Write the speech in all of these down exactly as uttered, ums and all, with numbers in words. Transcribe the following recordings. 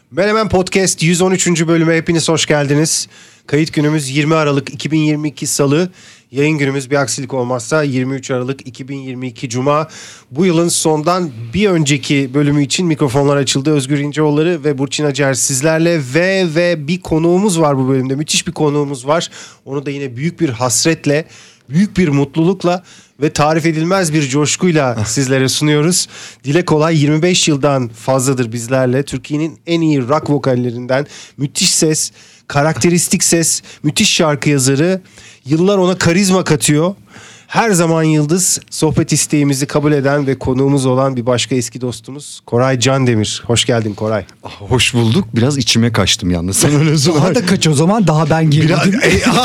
Menemen Podcast yüz on üçüncü bölüme hepiniz hoş geldiniz. Kayıt günümüz yirmi Aralık iki bin yirmi iki Salı. Yayın günümüz bir aksilik olmazsa yirmi üç Aralık iki bin yirmi iki Cuma. Bu yılın sondan bir önceki bölümü için mikrofonlar açıldı. Özgür İnceoğulları ve Burçin Acar sizlerle ve ve bir konuğumuz var bu bölümde. Müthiş bir konuğumuz var. Onu da yine büyük bir hasretle, büyük bir mutlulukla ve tarif edilmez bir coşkuyla sizlere sunuyoruz. Dile kolay yirmi beş yıldan fazladır bizlerle. Türkiye'nin en iyi rock vokallerinden, müthiş ses, karakteristik ses, müthiş şarkı yazarı. Yıllar ona karizma katıyor. Her zaman yıldız, sohbet isteğimizi kabul eden ve konuğumuz olan bir başka eski dostumuz Koray Candemir. Hoş geldin Koray. Hoş bulduk. Biraz içime kaçtım yalnız. Sen öyle daha da kaç o zaman, daha ben girmedim.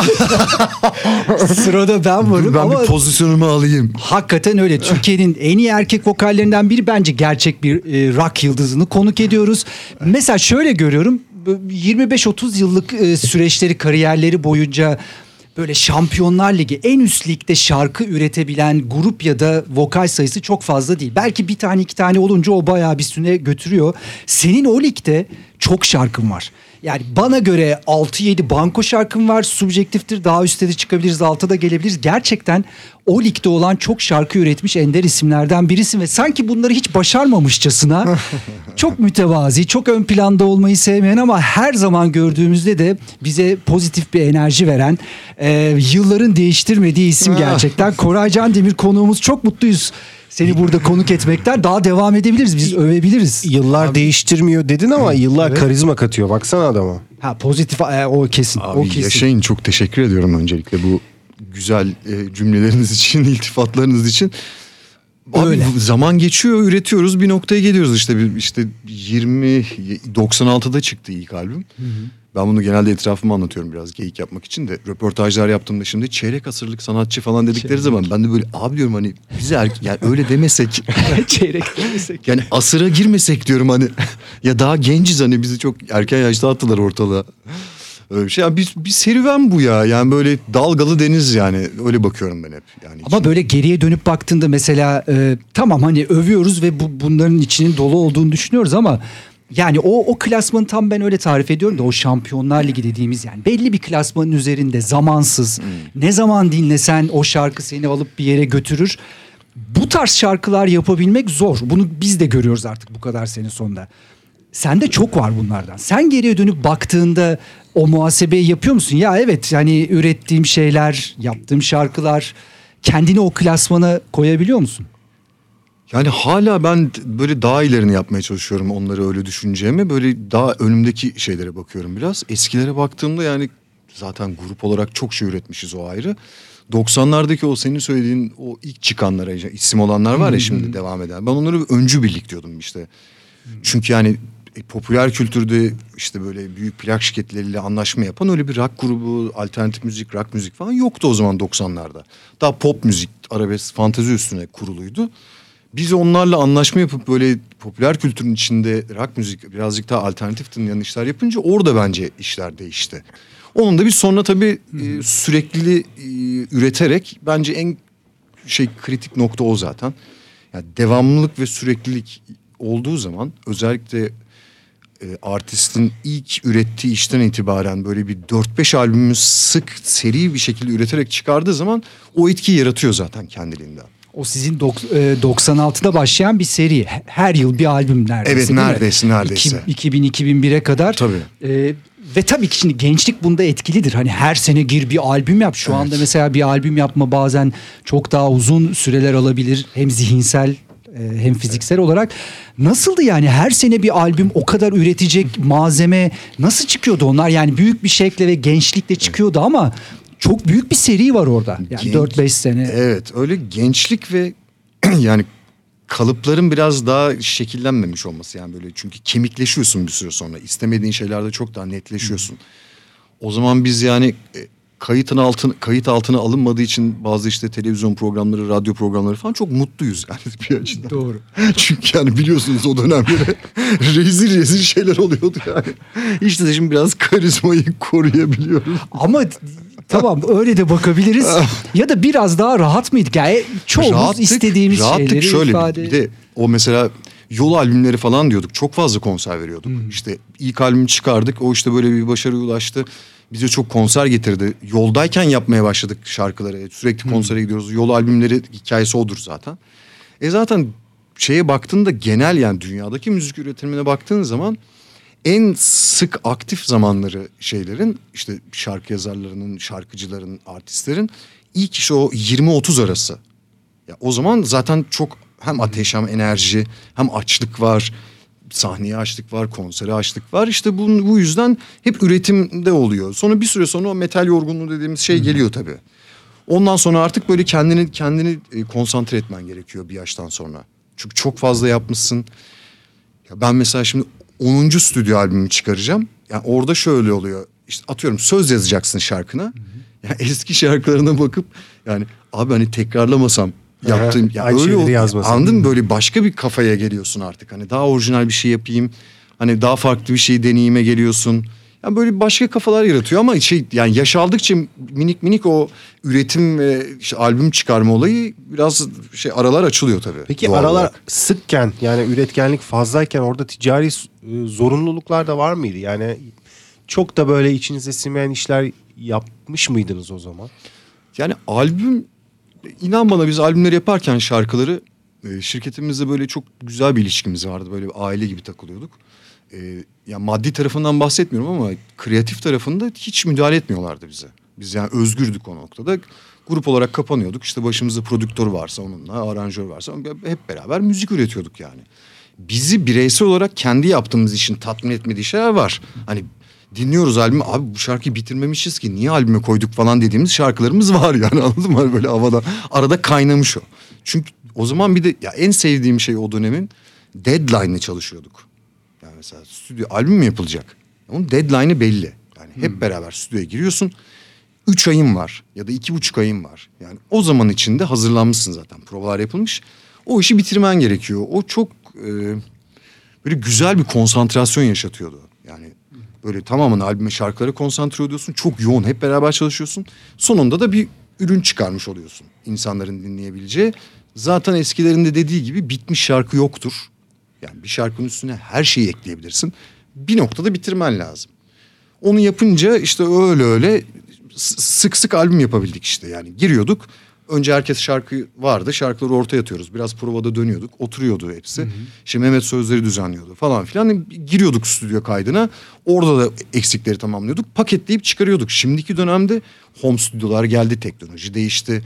Sırada ben varım. Ben ama bir pozisyonumu alayım. Hakikaten öyle. Türkiye'nin en iyi erkek vokallerinden biri, bence gerçek bir e, rock yıldızını konuk ediyoruz. Mesela şöyle görüyorum, yirmi beş otuz yıllık e, süreçleri, kariyerleri boyunca böyle Şampiyonlar Ligi, en üst ligde şarkı üretebilen grup ya da vokal sayısı çok fazla değil. Belki bir tane iki tane olunca o bayağı bir süre götürüyor. Senin o ligde çok şarkın var. Yani bana göre altı yedi banko şarkım var. Subjektiftir, daha üstte de çıkabiliriz, alta da gelebiliriz. Gerçekten o ligde olan çok şarkı üretmiş ender isimlerden birisin ve sanki bunları hiç başarmamışçasına çok mütevazi, çok ön planda olmayı sevmeyen ama her zaman gördüğümüzde de bize pozitif bir enerji veren, e, yılların değiştirmediği isim gerçekten. Koray Candemir konuğumuz, çok mutluyuz seni burada konuk etmekten. Daha devam edebiliriz, biz övebiliriz. Yıllar Abi, değiştirmiyor dedin ama yıllar evet. karizma katıyor. Baksana adama. Ha, pozitif, e, o kesin. Abi o kesin. yaşayın, çok teşekkür ediyorum öncelikle bu güzel e, cümleleriniz için, iltifatlarınız için. Abi, öyle. Zaman geçiyor, üretiyoruz, bir noktaya geliyoruz işte. işte yirmi doksan altıda çıktı ilk albüm. Hı hı. Ben bunu genelde etrafıma anlatıyorum biraz geyik yapmak için de. Röportajlar yaptığımda şimdi çeyrek asırlık sanatçı falan dedikleri çeyrek. zaman ben de böyle abi diyorum, hani bize er, yani öyle demesek. Çeyrek demesek. Yani asıra girmesek diyorum hani. Ya daha genciz, hani bizi çok erken yaşta attılar ortalığa. Öyle bir şey. Yani bir, bir serüven bu ya. Yani böyle dalgalı deniz yani. Öyle bakıyorum ben hep. Yani ama içine. Böyle geriye dönüp baktığında mesela e, tamam hani övüyoruz ve bu, bunların içinin dolu olduğunu düşünüyoruz ama yani o o klasmanı tam ben öyle tarif ediyorum da, o Şampiyonlar Ligi dediğimiz, yani belli bir klasmanın üzerinde zamansız, hmm. ne zaman dinlesen o şarkı seni alıp bir yere götürür. Bu tarz şarkılar yapabilmek zor. Bunu biz de görüyoruz artık bu kadar sene sonunda. Sende çok var bunlardan. Sen geriye dönüp baktığında o muhasebeyi yapıyor musun? Ya evet, yani ürettiğim şeyler, yaptığım şarkılar, kendini o klasmana koyabiliyor musun? Yani hala ben böyle daha ilerini yapmaya çalışıyorum, onları öyle düşüneceğime. Böyle daha önümdeki şeylere bakıyorum biraz. Eskilere baktığımda yani zaten grup olarak çok şey üretmişiz, o ayrı. doksanlardaki o senin söylediğin o ilk çıkanlara, isim olanlar var ya şimdi devam eden. Ben onları öncü birlik diyordum işte. Çünkü yani e, popüler kültürde işte böyle büyük plak şirketleriyle anlaşma yapan öyle bir rock grubu, alternatif müzik, rock müzik falan yoktu o zaman doksanlarda. Daha pop müzik, arabesk, fantezi üstüne kuruluydu. Biz onlarla anlaşma yapıp böyle popüler kültürün içinde rock müzik, birazcık daha alternatif tınlayan işler yapınca orada bence işler değişti. Onun da bir sonra tabii e, sürekli e, üreterek, bence en şey kritik nokta o zaten. Yani devamlılık ve süreklilik olduğu zaman, özellikle e, artistin ilk ürettiği işten itibaren böyle bir dört beş albümü sık seri bir şekilde üreterek çıkardığı zaman o etkiyi yaratıyor zaten kendiliğinden. O sizin doksan altıda başlayan bir seri. Her yıl bir albüm neredeyse. Evet, neredeyse neredeyse. iki bin iki bin bire kadar. Tabii. Ee, ve tabii ki şimdi gençlik bunda etkilidir. Hani her sene gir bir albüm yap. Şu evet. anda mesela bir albüm yapma bazen çok daha uzun süreler alabilir. Hem zihinsel hem fiziksel evet. olarak. Nasıldı yani her sene bir albüm, o kadar üretecek malzeme nasıl çıkıyordu onlar? Yani büyük bir şekle ve gençlikle çıkıyordu evet. ama çok büyük bir seri var orada. Yani Genç, dört beş sene. Evet, öyle gençlik ve yani kalıpların biraz daha şekillenmemiş olması, yani böyle, çünkü kemikleşiyorsun bir süre sonra. İstemediğin şeylerde çok daha netleşiyorsun. O zaman biz yani kayıtın altın kayıt altına alınmadığı için bazı işte televizyon programları, radyo programları falan çok mutluyuz yani bir açıdan. Doğru. Çünkü yani biliyorsunuz o dönemde rezil rezil şeyler oluyordu yani. İşte de şimdi biraz karizmayı koruyabiliyoruz. Ama tamam, öyle de bakabiliriz. Ya da biraz daha rahat mıydık? Yani çoğumuz rahattık, istediğimiz rahattık şeyleri şöyle, ifade... Bir de o mesela yol albümleri falan diyorduk. Çok fazla konser veriyorduk. Hmm. İşte ilk albümü çıkardık. O işte böyle bir başarıya ulaştı. Bize çok konser getirdi. Yoldayken yapmaya başladık şarkıları. Sürekli konsere hmm. gidiyoruz. Yol albümleri hikayesi odur zaten. E zaten şeye baktığında genel yani dünyadaki müzik üretimine baktığın zaman en sık aktif zamanları şeylerin işte şarkı yazarlarının, şarkıcıların, artistlerin ilk işte o yirmi otuz arası. Ya o zaman zaten çok hem ateş hem enerji hem açlık var. Sahneye açlık var, konsere açlık var. İşte bu, bu yüzden hep üretimde oluyor. Sonra bir süre sonra o metal yorgunluğu dediğimiz şey geliyor tabii. Ondan sonra artık böyle kendini kendini konsantre etmen gerekiyor bir yaştan sonra. Çünkü çok fazla yapmışsın. Ya ben mesela şimdi onuncu stüdyo albümümü çıkaracağım. Yani orada şöyle oluyor. İşte atıyorum söz yazacaksın şarkına. Hı hı. Yani eski şarkılarına bakıp yani abi hani tekrarlamasam yaptığım ya öyle ol, anladın mı? Böyle başka bir kafaya geliyorsun artık. Hani daha orijinal bir şey yapayım. Hani daha farklı bir şey deneyime geliyorsun. Yani böyle başka kafalar yaratıyor ama şey yani yaş aldıkça minik minik o üretim ve işte albüm çıkarma olayı biraz şey aralar açılıyor tabii. Peki aralar olarak. Sıkken yani üretkenlik fazlayken orada ticari zorunluluklar da var mıydı? Yani çok da böyle içinize sinmeyen işler yapmış mıydınız o zaman? Yani albüm inan bana biz albümleri yaparken şarkıları şirketimizde böyle çok güzel bir ilişkimiz vardı. Böyle bir aile gibi takılıyorduk. Ee, yani maddi tarafından bahsetmiyorum ama kreatif tarafında hiç müdahale etmiyorlardı bize. Biz yani özgürdük o noktada. Grup olarak kapanıyorduk. İşte başımızda prodüktör varsa onunla, aranjör varsa hep beraber müzik üretiyorduk yani. Bizi bireysel olarak kendi yaptığımız işin tatmin etmediği şeyler var. Hani dinliyoruz albümü, abi bu şarkıyı bitirmemişiz ki niye albüme koyduk falan dediğimiz şarkılarımız var yani, anladın mı? Böyle havada arada kaynamış o. Çünkü o zaman bir de ya en sevdiğim şey o dönemin deadline'le çalışıyorduk. Yani mesela stüdyo albüm mü yapılacak? Onun deadline'ı belli. Yani hep hmm. beraber stüdyoya giriyorsun. Üç ayın var ya da iki buçuk ayın var. Yani o zaman içinde hazırlanmışsın zaten. Provalar yapılmış. O işi bitirmen gerekiyor. O çok e, böyle güzel bir konsantrasyon yaşatıyordu. Yani böyle tamamen albüme, şarkılara konsantre oluyorsun. Çok yoğun, hep beraber çalışıyorsun. Sonunda da bir ürün çıkarmış oluyorsun. İnsanların dinleyebileceği. Zaten eskilerinde dediği gibi bitmiş şarkı yoktur. Yani bir şarkının üstüne her şeyi ekleyebilirsin. Bir noktada bitirmen lazım. Onu yapınca işte öyle öyle sık sık albüm yapabildik işte. Yani giriyorduk. Önce herkes şarkı vardı. Şarkıları ortaya atıyoruz. Biraz provada dönüyorduk. Oturuyordu hepsi. Hı hı. İşte Mehmet sözleri düzenliyordu falan filan. Giriyorduk stüdyo kaydına. Orada da eksikleri tamamlıyorduk. Paketleyip çıkarıyorduk. Şimdiki dönemde home stüdyolar geldi. Teknoloji değişti.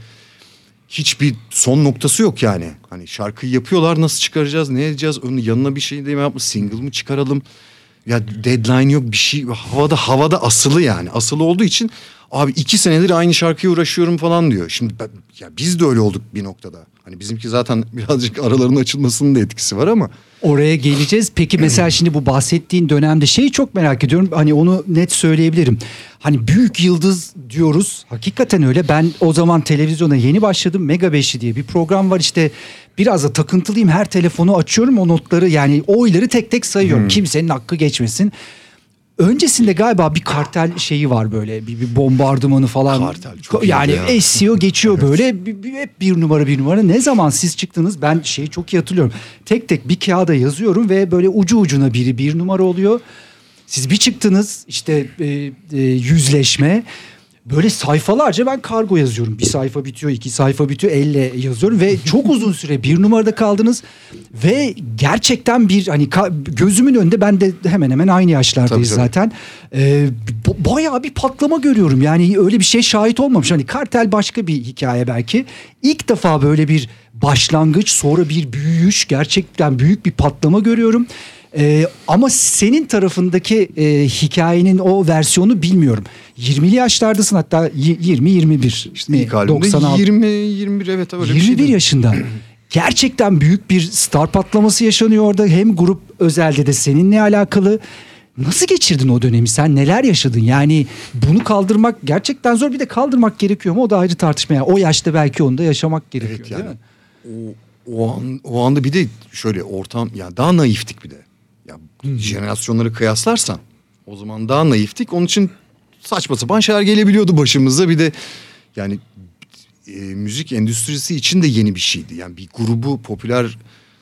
Hiçbir son noktası yok yani. Hani şarkıyı yapıyorlar, nasıl çıkaracağız, ne edeceğiz? Onun yanına bir şey de mi yapmış, single mı çıkaralım? Ya deadline yok, bir şey havada havada asılı yani. Asılı olduğu için abi iki senedir aynı şarkıya uğraşıyorum falan diyor. Şimdi ben, ya biz de öyle olduk bir noktada. Hani bizimki zaten birazcık araların açılmasının da etkisi var ama. Oraya geleceğiz. Peki mesela şimdi bu bahsettiğin dönemde şeyi çok merak ediyorum. Hani onu net söyleyebilirim. Hani büyük yıldız diyoruz. Hakikaten öyle. Ben o zaman televizyona yeni başladım. Mega beşli diye bir program var. İşte biraz da takıntılıyım. Her telefonu açıyorum, o notları yani oyları tek tek sayıyorum. Hmm. Kimsenin hakkı geçmesin. Öncesinde galiba bir kartel şeyi var böyle, bir, bir bombardımanı falan. Kartel çok yani ya. S E O geçiyor evet. Böyle bir, bir, hep bir numara bir numara. Ne zaman siz çıktınız ben şeyi çok iyi hatırlıyorum. Tek tek bir kağıda yazıyorum ve böyle ucu ucuna biri bir numara oluyor. Siz bir çıktınız işte e, e, yüzleşme. Böyle sayfalarca ben kargo yazıyorum. Bir sayfa bitiyor, iki sayfa bitiyor, elle yazıyorum ve çok uzun süre bir numarada kaldınız ve gerçekten bir hani ka- gözümün önünde, ben de hemen hemen aynı yaşlardayız tabii, tabii. zaten. Ee, b- bayağı bir patlama görüyorum. Yani öyle bir şey şahit olmamış. Hani kartel başka bir hikaye belki. İlk defa böyle bir başlangıç, sonra bir büyüyüş, gerçekten büyük bir patlama görüyorum. Ee, ama senin tarafındaki e, hikayenin o versiyonu bilmiyorum. yirmili yaşlardasın, hatta yirmi yirmi bir. İşte ilk albümde yirmi yirmi bir evet öyle yirmi bir bir şeydi. yaşında. Gerçekten büyük bir star patlaması yaşanıyor orada. Hem grup özelde de seninle alakalı. Nasıl geçirdin o dönemi sen? Neler yaşadın? Yani bunu kaldırmak gerçekten zor. Bir de kaldırmak gerekiyor mu? O da ayrı tartışma. Yani o yaşta belki onu da yaşamak gerekiyor evet, yani, değil mi? O, o, an, o anda bir de şöyle ortam, yani daha naiftik bir de. Ya hmm. jenerasyonları kıyaslarsan o zaman daha naiftik. Onun için saçma sapan şeyler gelebiliyordu başımıza. Bir de yani e, müzik endüstrisi için de yeni bir şeydi. Yani bir grubu popüler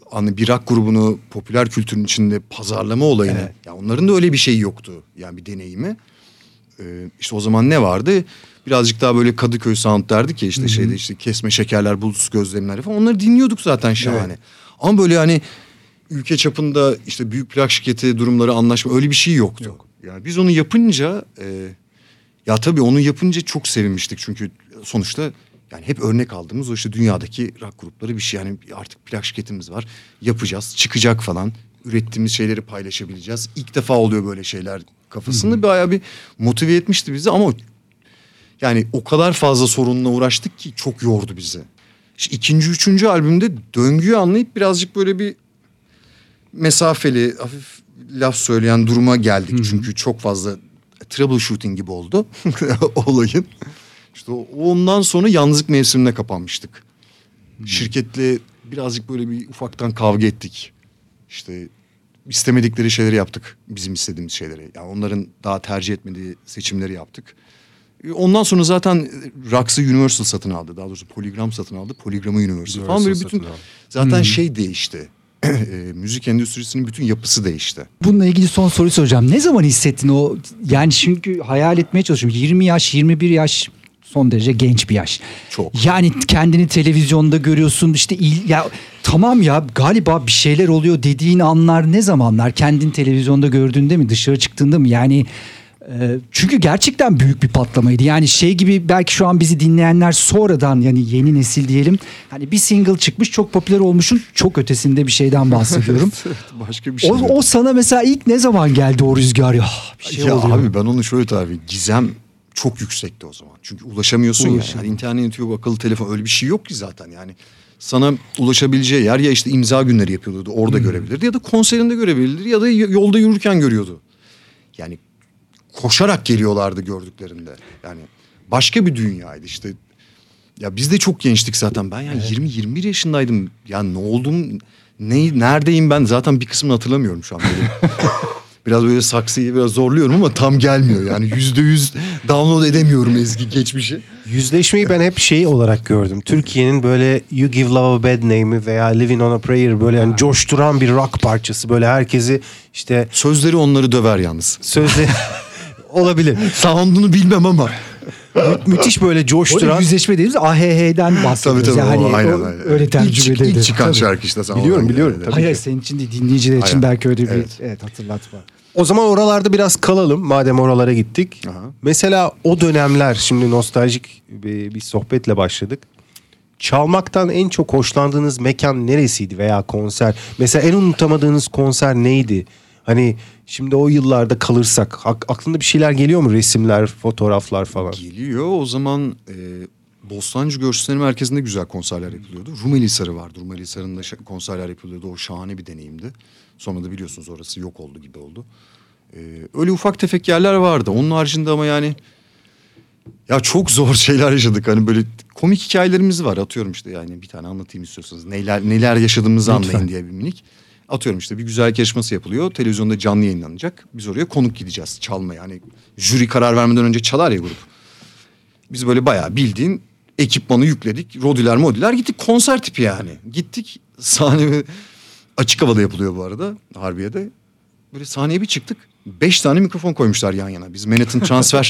hani bir rock grubunu popüler kültürün içinde pazarlama olayını, Evet. ya onların da öyle bir şeyi yoktu. Yani bir deneyimi. Ee, işte o zaman ne vardı? Birazcık daha böyle Kadıköy sound derdik ya işte Hı-hı. şeyde işte kesme şekerler, bulutsuz gözlemler falan. Onları dinliyorduk zaten şahane. Evet. Ama böyle hani ülke çapında işte büyük plak şirketi durumları, anlaşma, öyle bir şey yoktu. Yok. Yani biz onu yapınca e, ya tabii onu yapınca çok sevinmiştik. Çünkü sonuçta yani hep örnek aldığımız o işte dünyadaki rock grupları bir şey. Yani artık plak şirketimiz var. Yapacağız, çıkacak falan. Ürettiğimiz şeyleri paylaşabileceğiz. İlk defa oluyor böyle şeyler kafasında. Hmm. Bayağı bir motive etmişti bizi ama yani o kadar fazla sorunla uğraştık ki çok yordu bizi. İşte ikinci, üçüncü albümde döngüyü anlayıp birazcık böyle bir mesafeli, hafif laf söyleyen duruma geldik. Hmm. Çünkü çok fazla troubleshooting gibi oldu olayın. İşte ondan sonra yalnızlık mevsimine kapanmıştık. Hmm. Şirketle birazcık böyle bir ufaktan kavga ettik. İşte istemedikleri şeyleri yaptık. Bizim istediğimiz şeyleri. Yani onların daha tercih etmediği seçimleri yaptık. Ondan sonra zaten Rox'ı Universal satın aldı. Daha doğrusu Polygram satın aldı. Polygram'ı Universal, Universal falan böyle bütün zaten hmm. şey değişti. Müzik endüstrisinin bütün yapısı değişti. Bununla ilgili son soruyu soracağım. Ne zaman hissettin o? Yani çünkü hayal etmeye çalışıyorum. yirmi yaş, yirmi bir yaş son derece genç bir yaş. Çok. Yani kendini televizyonda görüyorsun. İşte il, ya tamam ya galiba bir şeyler oluyor dediğin anlar ne zamanlar? Kendini televizyonda gördüğünde mi? Dışarı çıktığında mı? Yani e, çünkü gerçekten büyük bir patlamaydı. Yani şey gibi belki şu an bizi dinleyenler sonradan yani yeni nesil diyelim. Hani bir single çıkmış çok popüler olmuşsun. Çok ötesinde bir şeyden bahsediyorum. Başka bir şey. O, o sana mesela ilk ne zaman geldi o rüzgar? Ya, bir şey ya oluyor. Abi ben onu şöyle tabii gizem çok yüksekti o zaman. Çünkü ulaşamıyorsun ya. Yani internet yok, akıllı telefon öyle bir şey yok ki zaten yani. Sana ulaşabileceği yer ya işte imza günleri yapıyordu. Orada hmm. görebilirdi ya da konserinde görebilirdi ya da yolda yürürken görüyordu. Yani koşarak geliyorlardı gördüklerinde. Yani başka bir dünyaydı işte. Ya biz de çok gençtik zaten. Ben yani evet. yirmi yirmi bir yaşındaydım. Yani ne oldum, ne, neredeyim ben zaten bir kısmını hatırlamıyorum şu an. Biraz böyle saksıyı biraz zorluyorum ama tam gelmiyor. Yani yüzde yüz download edemiyorum eski geçmişi. Yüzleşmeyi ben hep şey olarak gördüm. Türkiye'nin böyle You Give Love a Bad Name'i veya Living on a Prayer böyle yani coşturan bir rock parçası. Böyle herkesi işte... Sözleri onları döver yalnız. Sözleri olabilir. Sound'unu bilmem ama... Mü- müthiş böyle coşturan. O yüzleşme dediğimiz A H H'den bahsediyoruz. Tabii tabii yani o, aynen, o, aynen. Öyle tercüme ilk, ilk çıkan tabii. şarkı işte. Biliyorum biliyorum. Hayır hayır senin için değil dinleyiciler için aynen. belki öyle bir evet. Evet, hatırlatma. O zaman oralarda biraz kalalım madem oralara gittik. Aha. Mesela o dönemler şimdi nostaljik bir, bir sohbetle başladık. Çalmaktan en çok hoşlandığınız mekan neresiydi veya konser? Mesela en unutamadığınız konser neydi? Hani şimdi o yıllarda kalırsak aklında bir şeyler geliyor mu? Resimler, fotoğraflar falan. Geliyor. O zaman e, Bostancı Görsel Merkezi'nde güzel konserler yapılıyordu. Rumelihisarı vardı. Rumelihisarı'nda konserler yapılıyordu. O şahane bir deneyimdi. Sonra da biliyorsunuz orası yok oldu gibi oldu. Ee, öyle ufak tefek yerler vardı. Onun haricinde ama yani ya çok zor şeyler yaşadık. Hani böyle komik hikayelerimiz var. Atıyorum işte yani bir tane anlatayım istiyorsanız. Neler neler yaşadığımızı Lütfen. Anlayın diye bir minik. Atıyorum işte bir güzellik yarışması yapılıyor. Televizyonda canlı yayınlanacak. Biz oraya konuk gideceğiz çalmaya. Yani jüri karar vermeden önce çalar ya grup. Biz böyle bayağı bildiğin ekipmanı yükledik. Rodiler modiler gittik. Konser tipi yani. Gittik sahne açık havada yapılıyor bu arada Harbiye'de. Böyle sahneye bir çıktık. Beş tane mikrofon koymuşlar yan yana. Biz Manhattan Transfer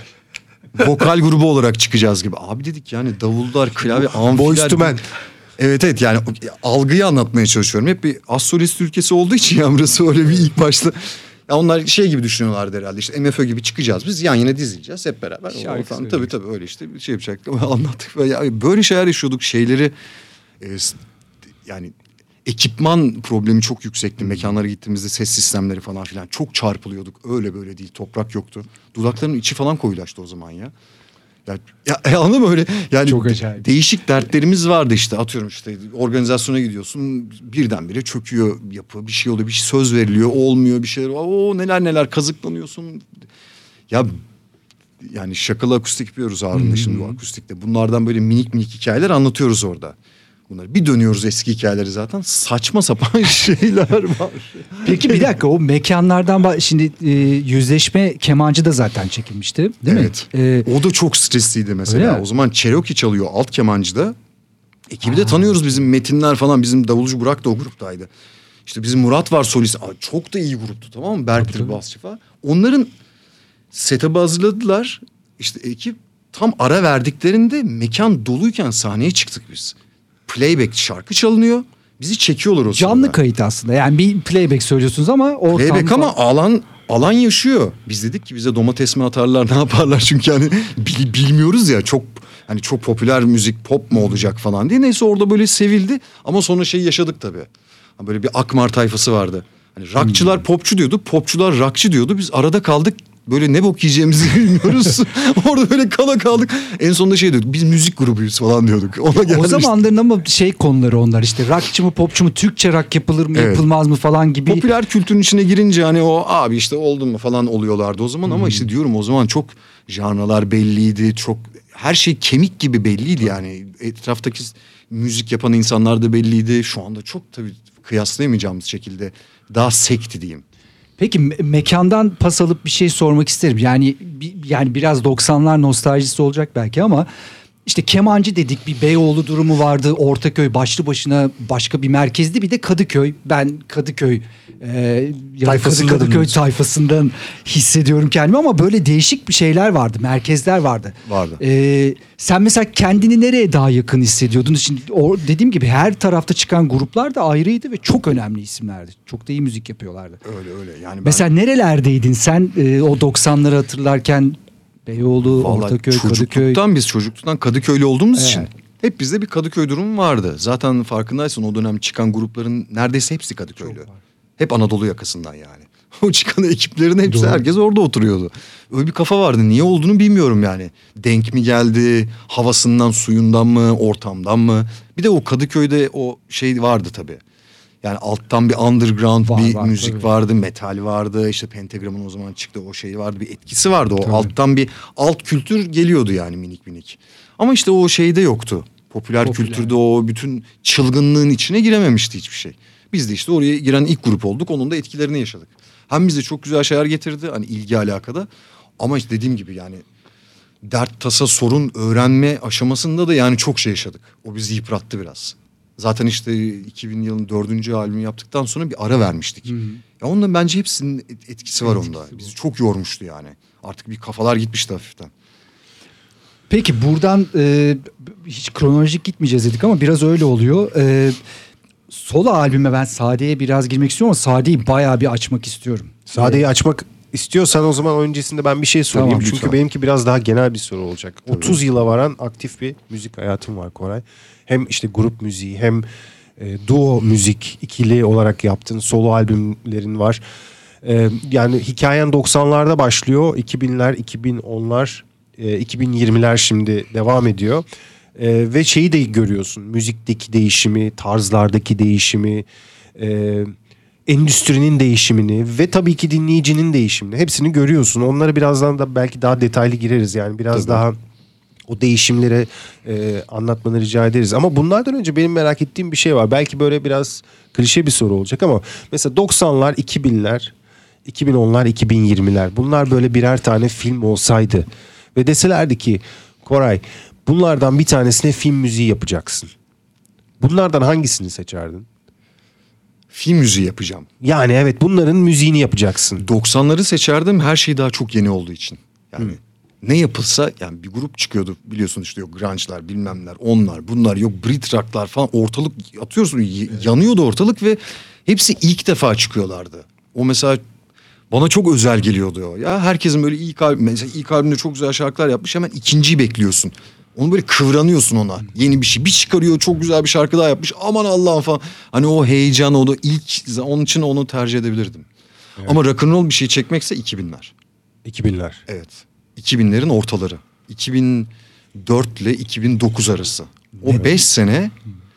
vokal grubu olarak çıkacağız gibi. Abi dedik yani davullar, klavye, amfiler. Boyz II Men. Evet evet yani algıyı anlatmaya çalışıyorum. Hep bir az solist ülkesi olduğu için ya burası öyle bir ilk başta. Ya onlar şey gibi düşünüyorlardı herhalde işte M F Ö gibi çıkacağız biz yan yana dizileceğiz hep beraber. Şarkı falan. Tabii tabii öyle işte bir şey yapacaktık. Anlattık. Yani böyle şeyler yaşıyorduk şeyleri e, yani ekipman problemi çok yüksekti. Hmm. Mekanlara gittiğimizde ses sistemleri falan filan çok çarpılıyorduk. Öyle böyle değil. Toprak yoktu. Dudaklarının içi falan koyulaştı o zaman ya. Ya, ya anladın mı öyle? Yani çok acayip. Değişik dertlerimiz vardı işte. Atıyorum işte organizasyona gidiyorsun. Birdenbire çöküyor yapı. Bir şey oluyor. Bir şey söz veriliyor. Olmuyor bir şeyler. Oo neler neler kazıklanıyorsun. Ya yani şakalı akustik yapıyoruz Harun'la hmm. şimdi bu akustikte. Bunlardan böyle minik minik hikayeler anlatıyoruz orada. Bunları bir dönüyoruz eski hikayeleri zaten saçma sapan şeyler var. Peki bir dakika o mekanlardan şimdi e, yüzleşme kemancı da zaten çekilmişti değil evet. mi? Evet. Ee, o da çok stresliydi mesela. O zaman Cherokee çalıyor alt kemancıda. Ekibi de tanıyoruz, bizim Metinler falan, bizim davulcu Burak da o gruptaydı. İşte bizim Murat var solist. Aa, çok da iyi gruptu, tamam mı? Berk'tir basçı falan. Onların setup'ı hazırladılar. İşte ekip tam ara verdiklerinde mekan doluyken sahneye çıktık biz. Playback şarkı çalınıyor. Bizi çekiyorlar o sırada. Canlı kayıt aslında. Yani bir playback söylüyorsunuz ama ortam... Playback ama alan alan yaşıyor. Biz dedik ki bize domates mi atarlar, ne yaparlar, çünkü hani bil, bilmiyoruz ya, çok hani çok popüler müzik, pop mu olacak falan diye. Neyse orada böyle sevildi ama sonra şey yaşadık tabii. Böyle bir Akmar tayfası vardı. Hani rockçılar popçu diyordu, popçular rockçı diyordu. Biz arada kaldık. Böyle ne bok yiyeceğimizi bilmiyoruz. Orada böyle kala kaldık. En sonunda şey diyorduk, biz müzik grubuyuz falan diyorduk. Ona o zamanların ama şey konuları onlar işte, rockçı mı popçu mu, Türkçe rock yapılır mı, evet, yapılmaz mı falan gibi. Popüler kültürün içine girince hani o abi işte oldu mu falan oluyorlardı o zaman. Hmm. Ama işte diyorum, o zaman çok janralar belliydi. Çok her şey kemik gibi belliydi yani. Etraftaki müzik yapan insanlar da belliydi. Şu anda çok tabii kıyaslayamayacağımız şekilde daha sekti diyeyim. Peki me- mekandan pas alıp bir şey sormak isterim. Yani bi- yani biraz doksanlar nostaljisi olacak belki ama işte kemancı dedik, bir Beyoğlu durumu vardı. Ortaköy başlı başına başka bir merkezdi. Bir de Kadıköy. Ben Kadıköy e, ya Kadı- Kadıköy tayfasından hissediyorum kendimi ama böyle değişik bir şeyler vardı. Merkezler vardı. Vardı. E, sen mesela kendini nereye daha yakın hissediyordun? Şimdi o, dediğim gibi her tarafta çıkan gruplar da ayrıydı ve çok önemli isimlerdi. Çok da iyi müzik yapıyorlardı. Öyle öyle. Yani ben... Mesela nerelerdeydin sen e, o doksanları hatırlarken? Beyoğlu, Vallahi Ortaköy, çocukluktan, Kadıköy. biz çocukluktan Kadıköylü olduğumuz Evet. için hep bizde bir Kadıköy durumu vardı. Zaten farkındaysan o dönem çıkan grupların neredeyse hepsi Kadıköylü. Hep Anadolu yakasından yani. O çıkan ekiplerin hepsi, doğru, herkes orada oturuyordu. Öyle bir kafa vardı. Niye olduğunu bilmiyorum yani. Denk mi geldi? Havasından, suyundan mı? Ortamdan mı? Bir de o Kadıköy'de o şey vardı tabii. Yani alttan bir underground var, bir var, müzik tabii vardı, metal vardı, işte Pentagram'ın o zaman çıktı o şey vardı, bir etkisi vardı. O tabii, alttan bir alt kültür geliyordu yani, minik minik. Ama işte o şeyde yoktu. Popüler, Popüler kültürde o bütün çılgınlığın içine girememişti hiçbir şey. Biz de işte oraya giren ilk grup olduk, onun da etkilerini yaşadık. Hem bize çok güzel şeyler getirdi hani ilgi alakada, ama işte dediğim gibi yani dert, tasa, sorun öğrenme aşamasında da yani çok şey yaşadık. O bizi yıprattı biraz. Zaten işte iki bin yılın dördüncü albümü yaptıktan sonra bir ara vermiştik. Hı hı. Ya onun bence hepsinin etkisi var etkisi onda. Bu. Bizi çok yormuştu yani. Artık bir kafalar gitmişti hafiften. Peki buradan e, hiç kronolojik gitmeyeceğiz dedik ama biraz öyle oluyor. E, solo albüme ben Sade'ye biraz girmek istiyorum ama Sade'yi bayağı bir açmak istiyorum. Sade'yi ee, açmak istiyorsan o zaman öncesinde ben bir şey sorayım. Tamam, çünkü lütfen. Benimki biraz daha genel bir soru olacak. Tabii. otuz yıla varan aktif bir müzik hayatım var Koray. Hem işte grup müziği hem e, duo müzik ikili olarak yaptığın solo albümlerin var. E, yani hikayen doksanlarda başlıyor. iki binler, iki bin onlar, e, iki bin yirmiler şimdi devam ediyor. E, ve şeyi de görüyorsun. Müzikteki değişimi, tarzlardaki değişimi, e, endüstrinin değişimini ve tabii ki dinleyicinin değişimini. Hepsini görüyorsun. Onlara birazdan da belki daha detaylı gireriz. Yani biraz tabii. daha o değişimleri e, anlatmanı rica ederiz. Ama bunlardan önce benim merak ettiğim bir şey var. Belki böyle biraz klişe bir soru olacak ama mesela doksanlar, iki binler, iki bin onlar, iki bin yirmiler. Bunlar böyle birer tane film olsaydı ve deselerdi ki Koray, bunlardan bir tanesine film müziği yapacaksın. Bunlardan hangisini seçerdin? Film müziği yapacağım. Yani evet, bunların müziğini yapacaksın. doksanları seçerdim, her şey daha çok yeni olduğu için. Yani hmm. ne yapılsa, yani bir grup çıkıyordu biliyorsun işte, yok grunge'lar bilmemler onlar bunlar, yok Brit rock'lar falan, ortalık atıyorsun y- evet. yanıyordu ortalık ve hepsi ilk defa çıkıyorlardı. O mesela bana çok özel geliyordu o. Ya herkesin böyle ilk albüm, mesela ilk albümde çok güzel şarkılar yapmış, hemen ikinciyi bekliyorsun. Onu böyle kıvranıyorsun ona. Yeni bir şey. Bir çıkarıyor, çok güzel bir şarkı daha yapmış. Aman Allah'ım falan. Hani o heyecan, o da ilk, onun için onu tercih edebilirdim. Evet. Ama rock'n'roll bir şey çekmekse iki binler. iki binler. Evet. iki binlerin ortaları. iki bin dört ile iki bin dokuz arası. O evet. beş sene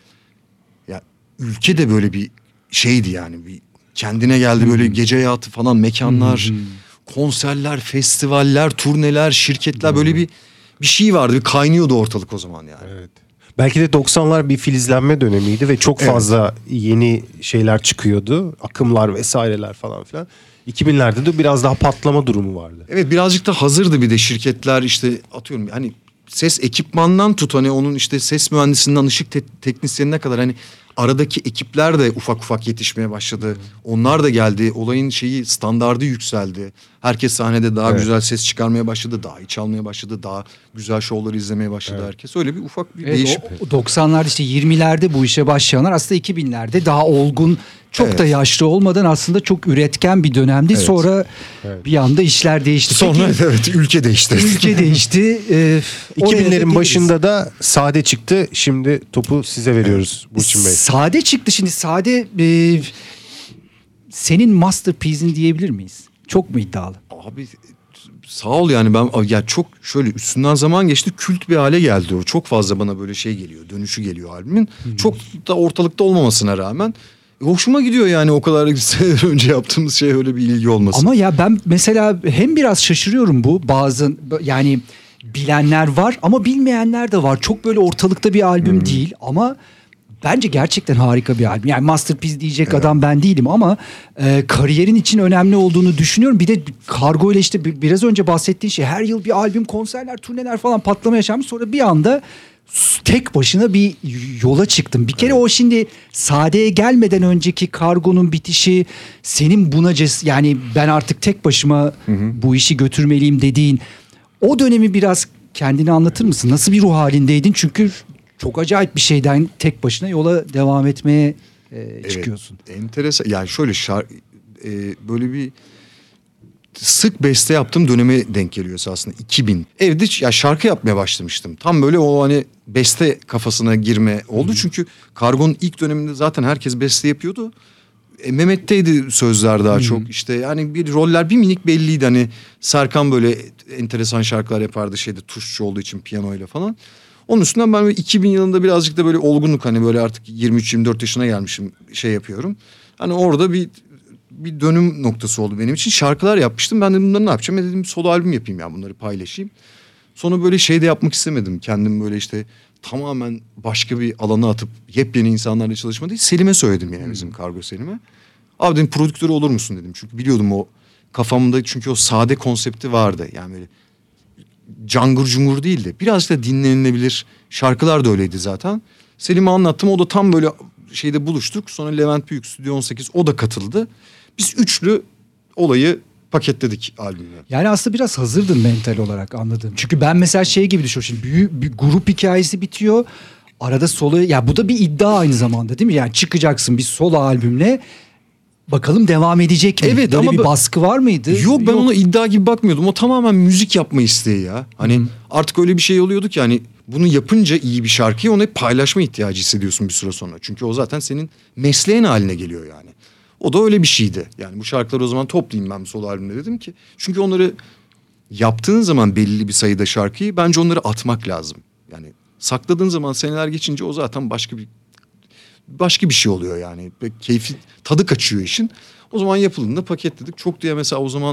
ya ülke de böyle bir şeydi yani. Bir kendine geldi, böyle gece hayatı falan, mekanlar, konserler, festivaller, turneler, şirketler, böyle bir bir şey vardı. Bir kaynıyordu ortalık o zaman yani. Evet. Belki de doksanlar bir filizlenme dönemiydi ve çok fazla evet. yeni şeyler çıkıyordu. Akımlar vesaireler falan filan. iki binlerde de biraz daha patlama durumu vardı. Evet, birazcık da hazırdı bir de şirketler, işte atıyorum hani ses ekipmandan tut hani onun işte ses mühendisinden ışık te- teknisyenine kadar hani aradaki ekipler de ufak ufak yetişmeye başladı. Onlar da geldi. Olayın şeyi standardı yükseldi. Herkes sahnede daha Evet. güzel ses çıkarmaya başladı. Daha iyi çalmaya başladı. Daha güzel şovları izlemeye başladı Evet. herkes. Öyle bir ufak bir Evet, değişim. o doksanlarda işte yirmilerde bu işe başlayanlar aslında iki binlerde daha olgun, çok Evet. da yaşlı olmadan aslında çok üretken bir dönemdi. Evet. Sonra Evet. bir anda işler değişti. Sonra Peki, evet ülke değişti. ülke değişti. Ee, oraya da iki binlerin geliriz. başında da Sade çıktı. Şimdi topu size veriyoruz Burçin Bey. Sade çıktı şimdi. Sade e, senin masterpiece'in diyebilir miyiz? Çok mu iddialı? Abi sağ ol yani ben ya çok şöyle üstünden zaman geçti kült bir hale geldi o. Çok fazla bana böyle şey geliyor dönüşü geliyor albümün. Çok da ortalıkta olmamasına rağmen e, hoşuma gidiyor yani o kadar sene önce yaptığımız şey öyle bir ilgi olması. Ama ya ben mesela hem biraz şaşırıyorum bu bazı yani bilenler var ama bilmeyenler de var. Çok böyle ortalıkta bir albüm değil ama bence gerçekten harika bir albüm. Yani masterpiece diyecek Evet. adam ben değilim ama e, kariyerin için önemli olduğunu düşünüyorum. Bir de Kargo ile işte bi- biraz önce bahsettiğin şey her yıl bir albüm, konserler, turneler falan patlama yaşanmış. Sonra bir anda s- tek başına bir yola çıktım. Bir kere o şimdi Sade'ye gelmeden önceki Kargo'nun bitişi senin buna ces- yani ben artık tek başıma bu işi götürmeliyim dediğin o dönemi biraz kendini anlatır mısın? Nasıl bir ruh halindeydin? Çünkü çok acayip bir şeyden tek başına yola devam etmeye e, çıkıyorsun. Evet, enteresan. Yani şöyle şar, e, böyle bir sık beste yaptığım döneme denk geliyor aslında iki bin. Evde ya şarkı yapmaya başlamıştım. Tam böyle o hani beste kafasına girme oldu. Çünkü Kargo'nun ilk döneminde zaten herkes beste yapıyordu. E, Mehmet'teydi sözler daha çok. İşte yani bir roller bir minik belliydi. Hani Serkan böyle enteresan şarkılar yapardı şeyde tuşçu olduğu için piyanoyla falan. Onun üstünden ben böyle iki bin yılında birazcık da böyle olgunluk hani böyle artık yirmi üç yirmi dört yaşına gelmişim şey yapıyorum. Hani orada bir bir dönüm noktası oldu benim için. Şarkılar yapmıştım. Ben de bunları ne yapacağım? E dedim solo albüm yapayım ya bunları paylaşayım. Sonra böyle şey de yapmak istemedim. Kendim böyle işte tamamen başka bir alana atıp yepyeni insanlarla çalışma değil. Selim'e söyledim yani bizim Kargo Selim'e. Abi dedim prodüktörü olur musun dedim. Çünkü biliyordum o kafamda çünkü o sade konsepti vardı. Yani böyle cangır cungur değildi. Biraz da dinlenilebilir şarkılar da öyleydi zaten. Selim'e anlattım. O da tam böyle şeyde buluştuk. Sonra Levent Büyük Stüdyo on sekiz o da katıldı. Biz üçlü olayı paketledik albümle. Yani aslında biraz hazırdın mental olarak anladığım. Çünkü ben mesela şey gibi düşünüyorum. Şimdi büyük bir grup hikayesi bitiyor. Arada solo ya bu da bir iddia aynı zamanda değil mi? Yani çıkacaksın bir solo albümle. Bakalım devam edecek mi? Evet, Böyle ama bir ben- baskı var mıydı? Yok ben ona iddia gibi bakmıyordum. O tamamen müzik yapma isteği ya. Hani Hı. artık öyle bir şey oluyordu ki hani bunu yapınca iyi bir şarkıyı onu hep paylaşma ihtiyacı hissediyorsun bir süre sonra. Çünkü o zaten senin mesleğin haline geliyor yani. O da öyle bir şeydi. Yani bu şarkıları o zaman toplayayım ben solo albümde dedim ki. Çünkü onları yaptığın zaman belli bir sayıda şarkıyı bence onları atmak lazım. Yani sakladığın zaman seneler geçince o zaten başka bir başka bir şey oluyor yani. Ve keyfi tadı kaçıyor işin. O zaman yapıldığında paketledik. Çok diye mesela o zaman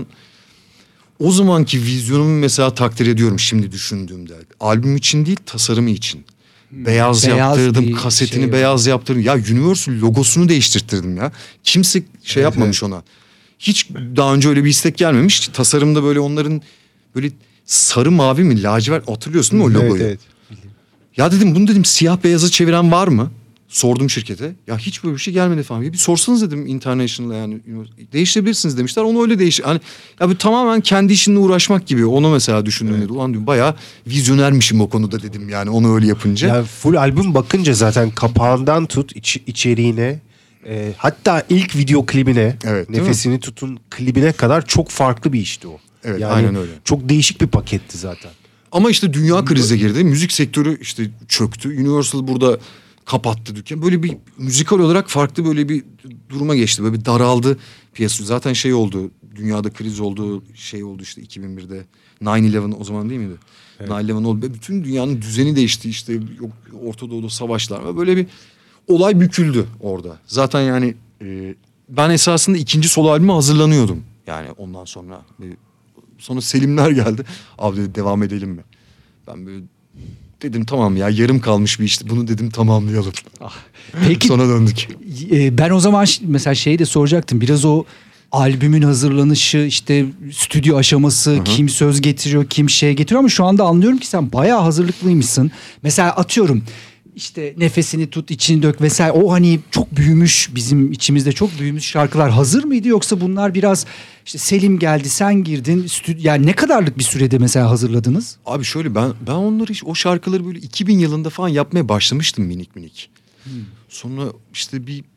o zamanki vizyonumu mesela takdir ediyorum şimdi düşündüğümde. Albüm için değil tasarımı için. Beyaz, Beyaz yaptırdım, bir kasetini şey var. beyaz yaptırdım. Ya Universal logosunu değiştirttirdim ya. Kimse şey Evet, yapmamış ona. Hiç daha önce öyle bir istek gelmemiş. Tasarımda böyle onların böyle sarı mavi mi lacivert hatırlıyorsun değil mi o logoyu? Evet, evet. Ya dedim bunu dedim siyah beyaza çeviren var mı? Sordum şirkete. Ya hiç böyle bir şey gelmedi falan. Ya bir sorsanız dedim International'a yani değiştirebilirsiniz demişler. Onu öyle değiş. Hani ya bu tamamen kendi işinle uğraşmak gibi. Onu mesela düşündüm Evet. dedi. Ulan diyorum bayağı vizyonermişim o konuda dedim yani onu öyle yapınca. Ya full albüm bakınca zaten kapağından tut iç, içeriğine e, hatta ilk video klibine Evet, değil mi? nefesini tutun klibine kadar çok farklı bir işti o. Evet, yani aynen öyle. Çok değişik bir paketti zaten. Ama işte dünya krize girdi. Müzik sektörü işte çöktü. Universal burada kapattı dükkan. Böyle bir müzikal olarak farklı böyle bir duruma geçti. Böyle bir daraldı piyasa. Zaten şey oldu. Dünyada kriz oldu. Şey oldu işte iki bin birde. nine eleven o zaman değil miydi? Evet. nine eleven oldu. Bütün dünyanın düzeni değişti. İşte yok Orta Doğu'da savaşlar. Ve böyle bir olay büküldü orada. Zaten yani e, ben esasında ikinci solo albüme hazırlanıyordum. Yani ondan sonra. E, sonra Selimler geldi. Abi dedi devam edelim mi? Ben böyle dedim tamam ya yarım kalmış bir işte. Bunu dedim tamamlayalım. Peki Sonra döndük. e, ben o zaman ş- mesela şeyi de soracaktım. Biraz o albümün hazırlanışı, işte stüdyo aşaması, Hı hı. kim söz getiriyor, kim şey getiriyor ama şu anda anlıyorum ki sen bayağı hazırlıklıymışsın. Mesela atıyorum işte nefesini tut, içini dök vesaire, o hani çok büyümüş, bizim içimizde çok büyümüş şarkılar hazır mıydı, yoksa bunlar biraz işte Selim geldi sen girdin stüdyo, yani ne kadarlık bir sürede mesela hazırladınız? Abi şöyle ben ben onları o şarkıları böyle iki bin yılında falan yapmaya başlamıştım minik minik. Hmm. Sonra işte bir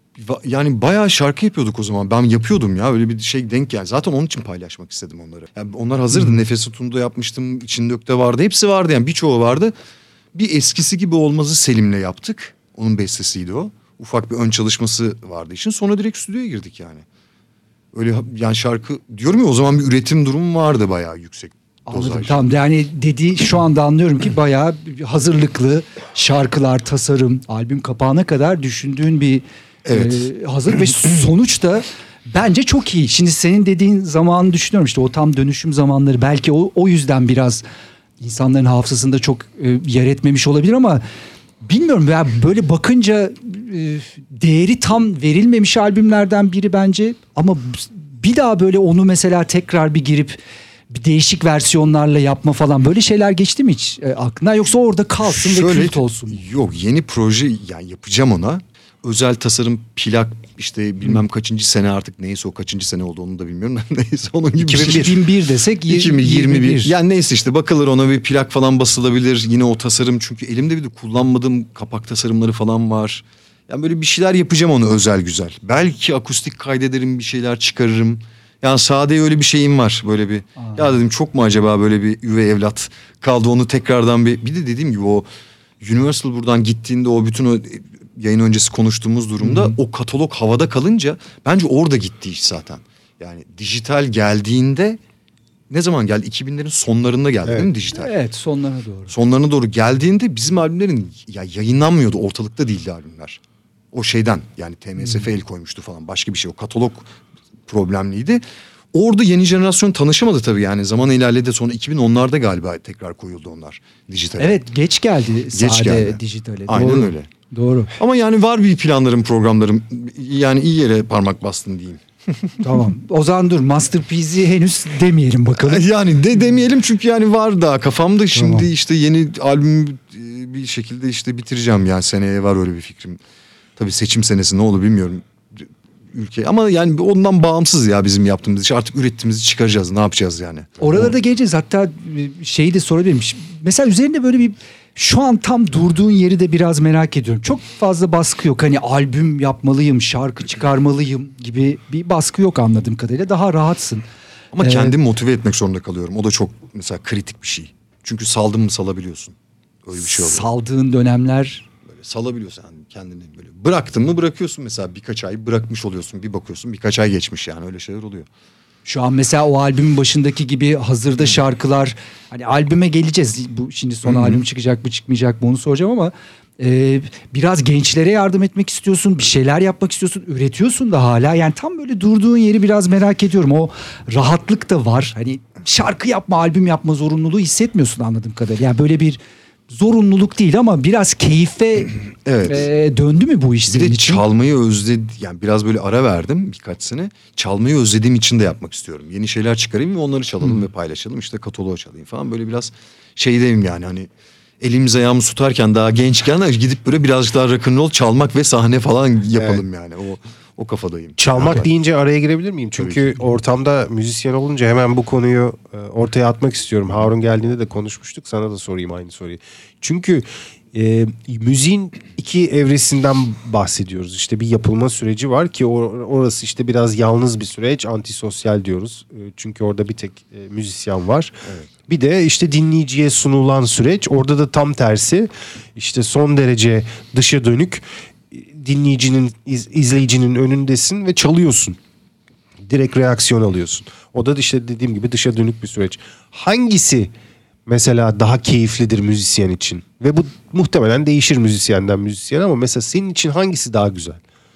yani bayağı şarkı yapıyorduk o zaman. Ben yapıyordum ya, öyle bir şey denk geldi. Zaten onun için paylaşmak istedim onları. Yani onlar hazırdı. Hmm. Nefesi Tun'da yapmıştım. İçinde Dök'te vardı. Hepsi vardı yani, birçoğu vardı. Bir eskisi gibi olmazı Selim'le yaptık. Onun bestesiydi o. Ufak bir ön çalışması vardı için. Sonra direkt stüdyoya girdik yani. Öyle yani şarkı diyorum ya, o zaman bir üretim durumu vardı bayağı yüksek. Anladım, dozaj. tamam, yani dediği şu anda anlıyorum ki bayağı hazırlıklı şarkılar, tasarım, albüm kapağına kadar düşündüğün bir evet. e, hazır ve sonuç da bence çok iyi. Şimdi senin dediğin zamanı düşünüyorum, işte o tam dönüşüm zamanları, belki o, o yüzden biraz insanların hafızasında çok e, yer etmemiş olabilir ama bilmiyorum ya, böyle bakınca e, değeri tam verilmemiş albümlerden biri bence, ama bir daha böyle onu mesela tekrar bir girip bir değişik versiyonlarla yapma falan, böyle şeyler geçti mi hiç e, aklına, yoksa orada kalsın Şöyle, ve kült olsun? Yok, yeni proje yani yapacağım ona. Özel tasarım plak işte bilmem hmm. kaçıncı sene, artık neyse o kaçıncı sene oldu onu da bilmiyorum. Neyse onun gibi iki bin bir. iki bin bir desek iki bin yirmi bir. Yani neyse işte bakılır, ona bir plak falan basılabilir. Yine o tasarım, çünkü elimde bir de kullanmadığım kapak tasarımları falan var. Yani böyle bir şeyler yapacağım onu özel güzel. Belki akustik kaydederim, bir şeyler çıkarırım. Yani sade öyle bir şeyim var, böyle bir. Aa. Ya dedim çok mu acaba böyle bir üvey evlat kaldı, onu tekrardan bir. Bir de dediğim gibi o Universal buradan gittiğinde, o bütün o yayın öncesi konuştuğumuz durumda hmm. o katalog havada kalınca bence orada gitti iş zaten. Yani dijital geldiğinde, ne zaman geldi? iki binlerin sonlarında geldi, evet. Değil mi dijital? Evet, sonlarına doğru. Sonlarına doğru geldiğinde bizim albümlerin ya yayınlanmıyordu, ortalıkta değildi albümler. O şeyden yani T M S F hmm. el koymuştu falan, başka bir şey, o katalog problemliydi. Orada yeni jenerasyon tanışamadı tabii, yani zaman ilerledi, sonra iki bin onlarda galiba tekrar koyuldu onlar dijitale. Evet, geç geldi geç sade geldi. dijitale. Aynen doğru. öyle. Doğru. Ama yani var bir planlarım, programlarım, yani iyi yere parmak bastın diyeyim. Tamam. O zaman dur, Masterpiece'i henüz demeyelim bakalım. Yani de demeyelim çünkü yani var daha kafamda. Şimdi tamam. işte yeni albümü bir şekilde işte bitireceğim yani, seneye var öyle bir fikrim. Tabii seçim senesi ne olur bilmiyorum ülke, ama yani ondan bağımsız ya bizim yaptığımız iş, artık ürettiğimizi çıkaracağız, ne yapacağız yani. Oralarda geleceğiz, hatta şeyi de sorabilirim. Mesela üzerinde böyle bir, şu an tam durduğun yeri de biraz merak ediyorum. Çok fazla baskı yok. Hani albüm yapmalıyım, şarkı çıkarmalıyım gibi bir baskı yok anladığım kadarıyla. Daha rahatsın. Ama ee, kendimi motive etmek zorunda kalıyorum. O da çok mesela kritik bir şey. Çünkü saldın mı salabiliyorsun. Öyle bir şey oluyor. Saldığın dönemler... Böyle salabiliyorsun yani kendini, böyle bıraktın mı bırakıyorsun, mesela birkaç ay bırakmış oluyorsun. Bir bakıyorsun birkaç ay geçmiş, yani öyle şeyler oluyor. Şu an mesela o albümün başındaki gibi hazırda şarkılar, hani albüme geleceğiz. Bu şimdi son Hı-hı. albüm çıkacak mı çıkmayacak mı onu soracağım ama e, biraz gençlere yardım etmek istiyorsun, bir şeyler yapmak istiyorsun, üretiyorsun da hala. Yani tam böyle durduğun yeri biraz merak ediyorum. O rahatlık da var. Hani şarkı yapma, albüm yapma zorunluluğu hissetmiyorsun anladığım kadarıyla. Yani böyle bir zorunluluk değil ama biraz keyfe evet. e, döndü mü bu iş senin için? Bir de çalmayı özledim. Yani biraz böyle ara verdim birkaç sene. Çalmayı özlediğim için de yapmak istiyorum. Yeni şeyler çıkarayım ve onları çalalım hmm. ve paylaşalım. İşte kataloğu çalayım falan. Böyle biraz şeydeyim yani, hani elimiz ayağımız tutarken daha gençken gidip böyle birazcık daha rock'n'roll çalmak ve sahne falan yapalım evet. yani. O o kafadayım. Çalmak yani deyince araya girebilir miyim? Çünkü ortamda müzisyen olunca hemen bu konuyu ortaya atmak istiyorum. Harun geldiğinde de konuşmuştuk. Sana da sorayım aynı soruyu. Çünkü e, müziğin iki evresinden bahsediyoruz. İşte bir yapılma süreci var ki or- orası işte biraz yalnız bir süreç. Antisosyal diyoruz. E, çünkü orada bir tek e, müzisyen var. Evet. Bir de işte dinleyiciye sunulan süreç. Orada da tam tersi. İşte son derece dışa dönük, dinleyicinin, iz, izleyicinin önündesin ve çalıyorsun. Direkt reaksiyon alıyorsun. O da işte dediğim gibi dışa dönük bir süreç. Hangisi mesela daha keyiflidir müzisyen için? Ve bu muhtemelen değişir müzisyenden müzisyene, ama mesela senin için hangisi daha güzel?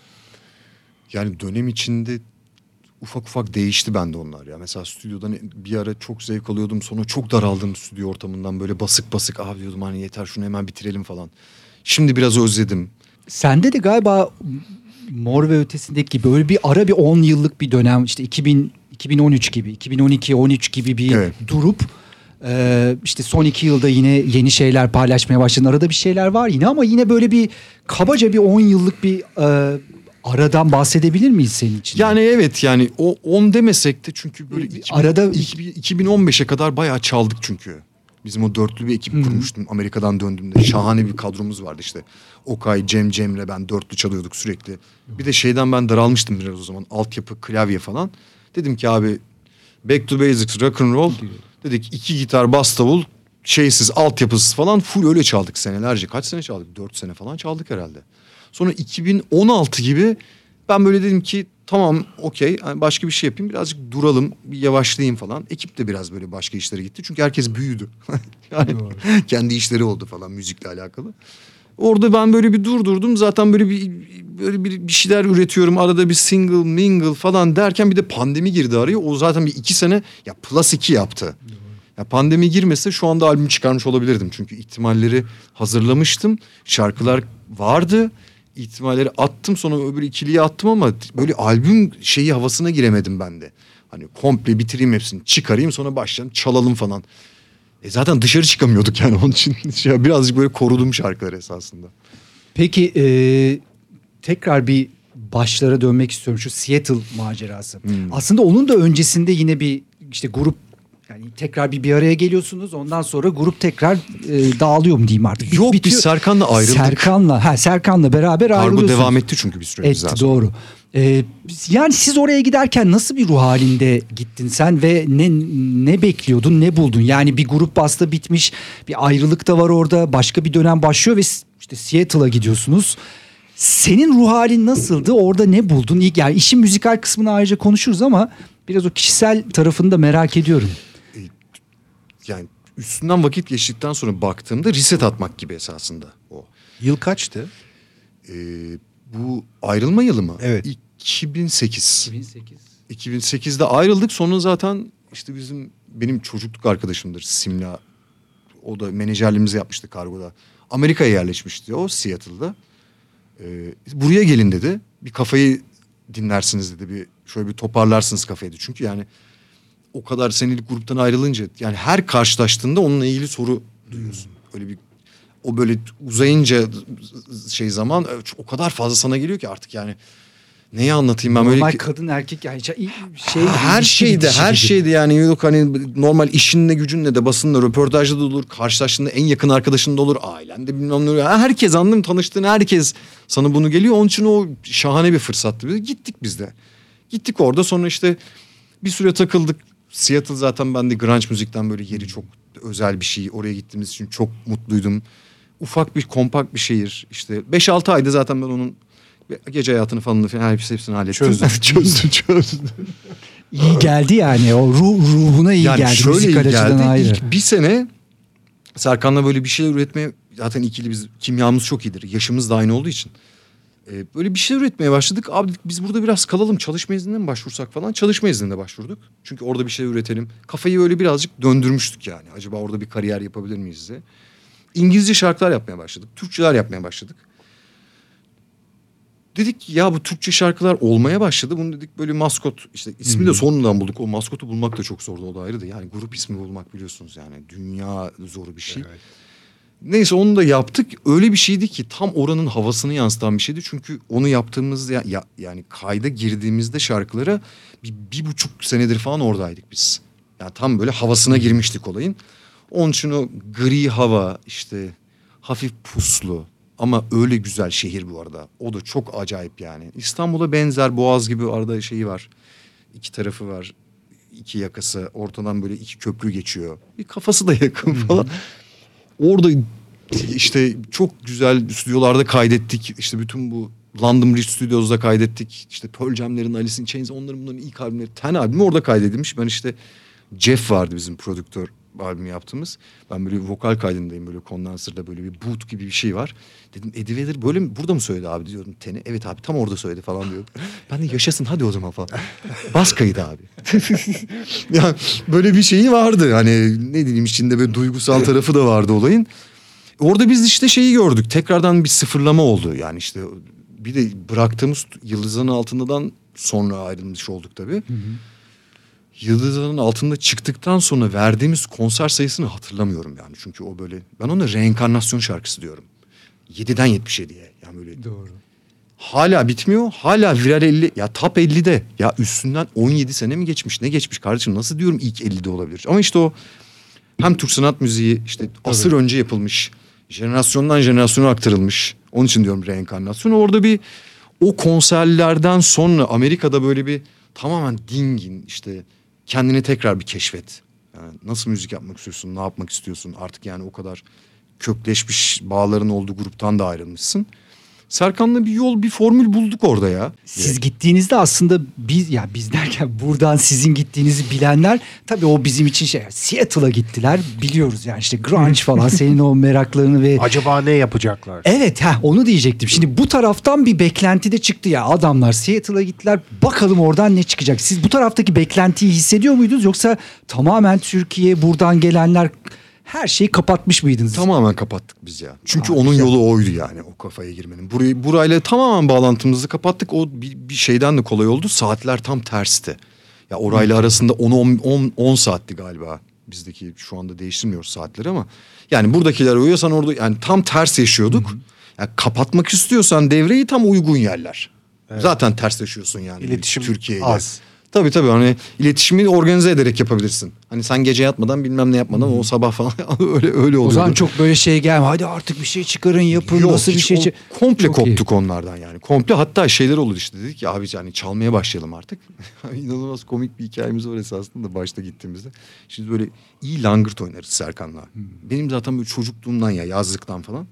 Yani dönem içinde ufak ufak değişti bende onlar ya. Mesela stüdyodan bir ara çok zevk alıyordum. Sonra çok daraldım stüdyo ortamından. Böyle basık basık abi diyordum, hani yeter şunu hemen bitirelim falan. Şimdi biraz özledim. Sende de galiba Mor ve Ötesi'ndeki gibi böyle bir ara bir on yıllık bir dönem işte iki bin iki bin on üç gibi iki bin on iki on üç gibi bir Evet. durup e, işte son iki yılda yine yeni şeyler paylaşmaya başladın. Arada bir şeyler var yine ama yine böyle bir kabaca bir on yıllık bir e, aradan bahsedebilir miyiz senin için? Yani evet yani o on demesek de çünkü böyle iki bin, Arada- iki bin on beşe kadar bayağı çaldık çünkü. Bizim o dörtlü bir ekip kurmuştum Amerika'dan döndüğümde. Şahane bir kadromuz vardı işte. Okay, Cem, Cemre, ben dörtlü çalıyorduk sürekli. Bir de şeyden ben daralmıştım biraz o zaman. Altyapı, klavye falan. Dedim ki abi back to basics, rock and roll. Dedik iki gitar, bas davul, şeysiz, altyapısız falan full öyle çaldık senelerce. Kaç sene çaldık? Dört sene falan çaldık herhalde. Sonra iki bin on altı gibi ben böyle dedim ki tamam okey yani başka bir şey yapayım birazcık duralım bir yavaşlayayım falan. Ekip de biraz böyle başka işlere gitti çünkü herkes büyüdü. Yani kendi işleri oldu falan müzikle alakalı. Orada ben böyle bir durdurdum zaten böyle bir böyle bir, bir şeyler üretiyorum arada bir single mingle falan derken bir de pandemi girdi araya o zaten bir iki sene ya plus iki yaptı. Ya pandemi girmese şu anda albüm çıkarmış olabilirdim çünkü ihtimalleri hazırlamıştım şarkılar vardı. İhtimalleri attım sonra öbür ikiliye attım ama böyle albüm şeyi havasına giremedim ben de. Hani komple bitireyim hepsini çıkarayım sonra başlayalım çalalım falan. E zaten dışarı çıkamıyorduk yani onun için şey, birazcık böyle korudum şarkıları esasında. Peki e, tekrar bir başlara dönmek istiyorum şu Seattle macerası. Hmm. Aslında onun da öncesinde yine bir işte grup yani tekrar bir bir araya geliyorsunuz. Ondan sonra grup tekrar e, dağılıyor mu diyeyim artık. Yok Bitiyor. biz Serkan'la ayrıldık. Serkan'la ha Serkan'la beraber Kargo ayrılıyorsunuz. devam etti çünkü bir süre Etti bizden sonra. doğru. Ee, yani siz oraya giderken nasıl bir ruh halinde gittin sen ve ne ne bekliyordun ne buldun? Yani bir grup basta bitmiş bir ayrılık da var orada başka bir dönem başlıyor ve işte Seattle'a gidiyorsunuz. Senin ruh halin nasıldı? Orada ne buldun? İlk yani işin müzikal kısmını ayrıca konuşuruz ama biraz o kişisel tarafını da merak ediyorum. Yani üstünden vakit geçtikten sonra baktığımda reset atmak gibi esasında o. Yıl kaçtı? Ee, bu ayrılma yılı mı? Evet. iki bin sekiz. iki bin sekiz iki bin sekizde ayrıldık. Sonra zaten işte bizim benim çocukluk arkadaşımdır Simla. O da menajerliğimizi yapmıştı kargoda. Amerika'ya yerleşmişti o Seattle'da. Ee, buraya gelin dedi. Bir kafayı dinlersiniz dedi. Bir şöyle bir toparlarsınız kafayı dedi. Çünkü yani o kadar senelik gruptan ayrılınca yani her karşılaştığında onunla ilgili soru duyuyorsun. Öyle bir o böyle uzayınca şey zaman o kadar fazla sana geliyor ki artık yani neyi anlatayım ben Normal böyle ki, kadın erkek yani şey her ilişki şeyde bitişi her gibi. şeyde yani yok hani normal işinle gücünle de basınla röportajda da olur karşılaştığında en yakın arkadaşın da olur ailende bilmem ne herkes anladın tanıştığın herkes sana bunu geliyor onun için o şahane bir fırsattı gittik biz de gittik orada sonra işte bir süre takıldık Seattle zaten ben de grunge müzikten böyle yeri çok özel bir şey oraya gittiğimiz için çok mutluydum ufak bir kompakt bir şehir işte beş altı ayda zaten ben onun gece hayatını falan falan hepsini, hepsini hallettim. Çözdü. çözdü, çözdü. İyi geldi yani o ruh, ruhuna iyi Yani geldi şöyle iyi müzikal açıdan geldi. ayrı. İlk bir sene Serkan'la böyle bir şeyler üretmeye zaten ikili biz kimyamız çok iyidir. Yaşımız da aynı olduğu için. Ee, böyle bir şeyler üretmeye başladık. Abi dedik, biz burada biraz kalalım çalışma iznine mi başvursak falan. Çalışma iznine başvurduk. Çünkü orada bir şey üretelim. Kafayı öyle birazcık döndürmüştük yani. Acaba orada bir kariyer yapabilir miyiz diye. İngilizce şarkılar yapmaya başladık. Türkçeler yapmaya başladık. Dedik ya bu Türkçe şarkılar olmaya başladı. Bunu dedik böyle maskot işte ismi de sonundan bulduk. O maskotu bulmak da çok zordu o da ayrıydı. Yani grup ismi bulmak biliyorsunuz yani dünya zoru bir şey. Evet. Neyse onu da yaptık. Öyle bir şeydi ki tam oranın havasını yansıtan bir şeydi. Çünkü onu yaptığımız ya, ya, yani kayda girdiğimizde şarkılara bir, bir buçuk senedir falan oradaydık biz. Yani tam böyle havasına girmiştik olayın. Onun için o gri hava işte hafif puslu. Ama öyle güzel şehir bu arada. O da çok acayip yani. İstanbul'a benzer Boğaz gibi arada şeyi var. İki tarafı var. İki yakası. Ortadan böyle iki köprü geçiyor. Bir kafası da yakın falan. Orada işte çok güzel stüdyolarda kaydettik. İşte bütün bu London Bridge Studios'da kaydettik. İşte Pearl Jam'lerin, Alice in Chains onların bunların ilk albümleri. Ten albümü orada kaydedilmiş. Ben işte Jeff vardı bizim prodüktör albümü yaptığımız. Ben böyle vokal kaydındayım böyle kondansörde böyle bir boot gibi bir şey var. Dedim Eddie Vedder böyle mi burada mı söyledi abi diyorum Ten'i. Evet abi tam orada söyledi falan diyor. Ben de yaşasın hadi o zaman falan. Bas kaydı abi. Yani böyle bir şeyi vardı. Hani ne diyeyim içinde böyle duygusal tarafı da vardı olayın. Orada biz işte şeyi gördük. Tekrardan bir sıfırlama oldu. Yani işte bir de bıraktığımız Yıldızların Altında'dan sonra ayrılmış olduk tabii. Hı hı. Yıldızların Altında çıktıktan sonra verdiğimiz konser sayısını hatırlamıyorum yani. Çünkü o böyle, ben ona reenkarnasyon şarkısı diyorum. yediden yetmişe diye. Yani böyle. Doğru. Hala bitmiyor. Hala viral elli. Ya top ellide. Ya üstünden on yedi sene mi geçmiş? Ne geçmiş kardeşim? Nasıl diyorum ilk ellide olabilir? Ama işte o hem Türk sanat müziği işte asır Tabii. önce yapılmış. Jenerasyondan jenerasyona aktarılmış. Onun için diyorum reenkarnasyon. Orada bir o konserlerden sonra Amerika'da böyle bir tamamen dingin işte kendini tekrar bir keşfet. Yani nasıl müzik yapmak istiyorsun? Ne yapmak istiyorsun? Artık yani o kadar kökleşmiş bağların olduğu gruptan da ayrılmışsın. Serkan'la bir yol, bir formül bulduk orada ya. Siz evet. gittiğinizde aslında biz, ya biz derken buradan sizin gittiğinizi bilenler tabii o bizim için şey, Seattle'a gittiler biliyoruz yani işte grunge falan senin o meraklarını ve. Acaba ne yapacaklar? Evet ha onu diyecektim. Şimdi bu taraftan bir beklenti de çıktı ya, adamlar Seattle'a gittiler, bakalım oradan ne çıkacak. Siz bu taraftaki beklentiyi hissediyor muydunuz yoksa tamamen Türkiye buradan gelenler her şeyi kapatmış mıydınız? Tamamen kapattık biz ya. Çünkü Aa, onun güzel. yolu oydu yani, o kafaya girmenin. Burayı, burayla tamamen bağlantımızı kapattık. O bir, bir şeyden de kolay oldu. Saatler tam tersti. Ya orayla arasında on saatti galiba. Bizdeki şu anda değiştirmiyoruz saatleri ama. Yani buradakiler uyuyor, sen orada yani tam ters yaşıyorduk. Hı hı. Yani kapatmak istiyorsan devreyi tam uygun yerler. Evet. Zaten ters yaşıyorsun yani. İletişim Türkiye'yle. Az. Tabii tabii hani iletişimi organize ederek yapabilirsin. Hani sen gece yatmadan bilmem ne yapmadan hmm. o sabah falan öyle öyle oluyor. O zaman çok böyle şey gelme. Hadi artık bir şey çıkarın yapın. Yok, nasıl bir şey çık- komple çok koptuk iyi. Onlardan yani. Komple, hatta şeyler oldu işte, dedik ki abi yani çalmaya başlayalım artık. İnanılmaz komik bir hikayemiz var esasında da başta gittiğimizde. Şimdi böyle iyi langırt oynarız Serkan'la. Hmm. Benim zaten böyle çocukluğumdan ya, yazlıktan falan.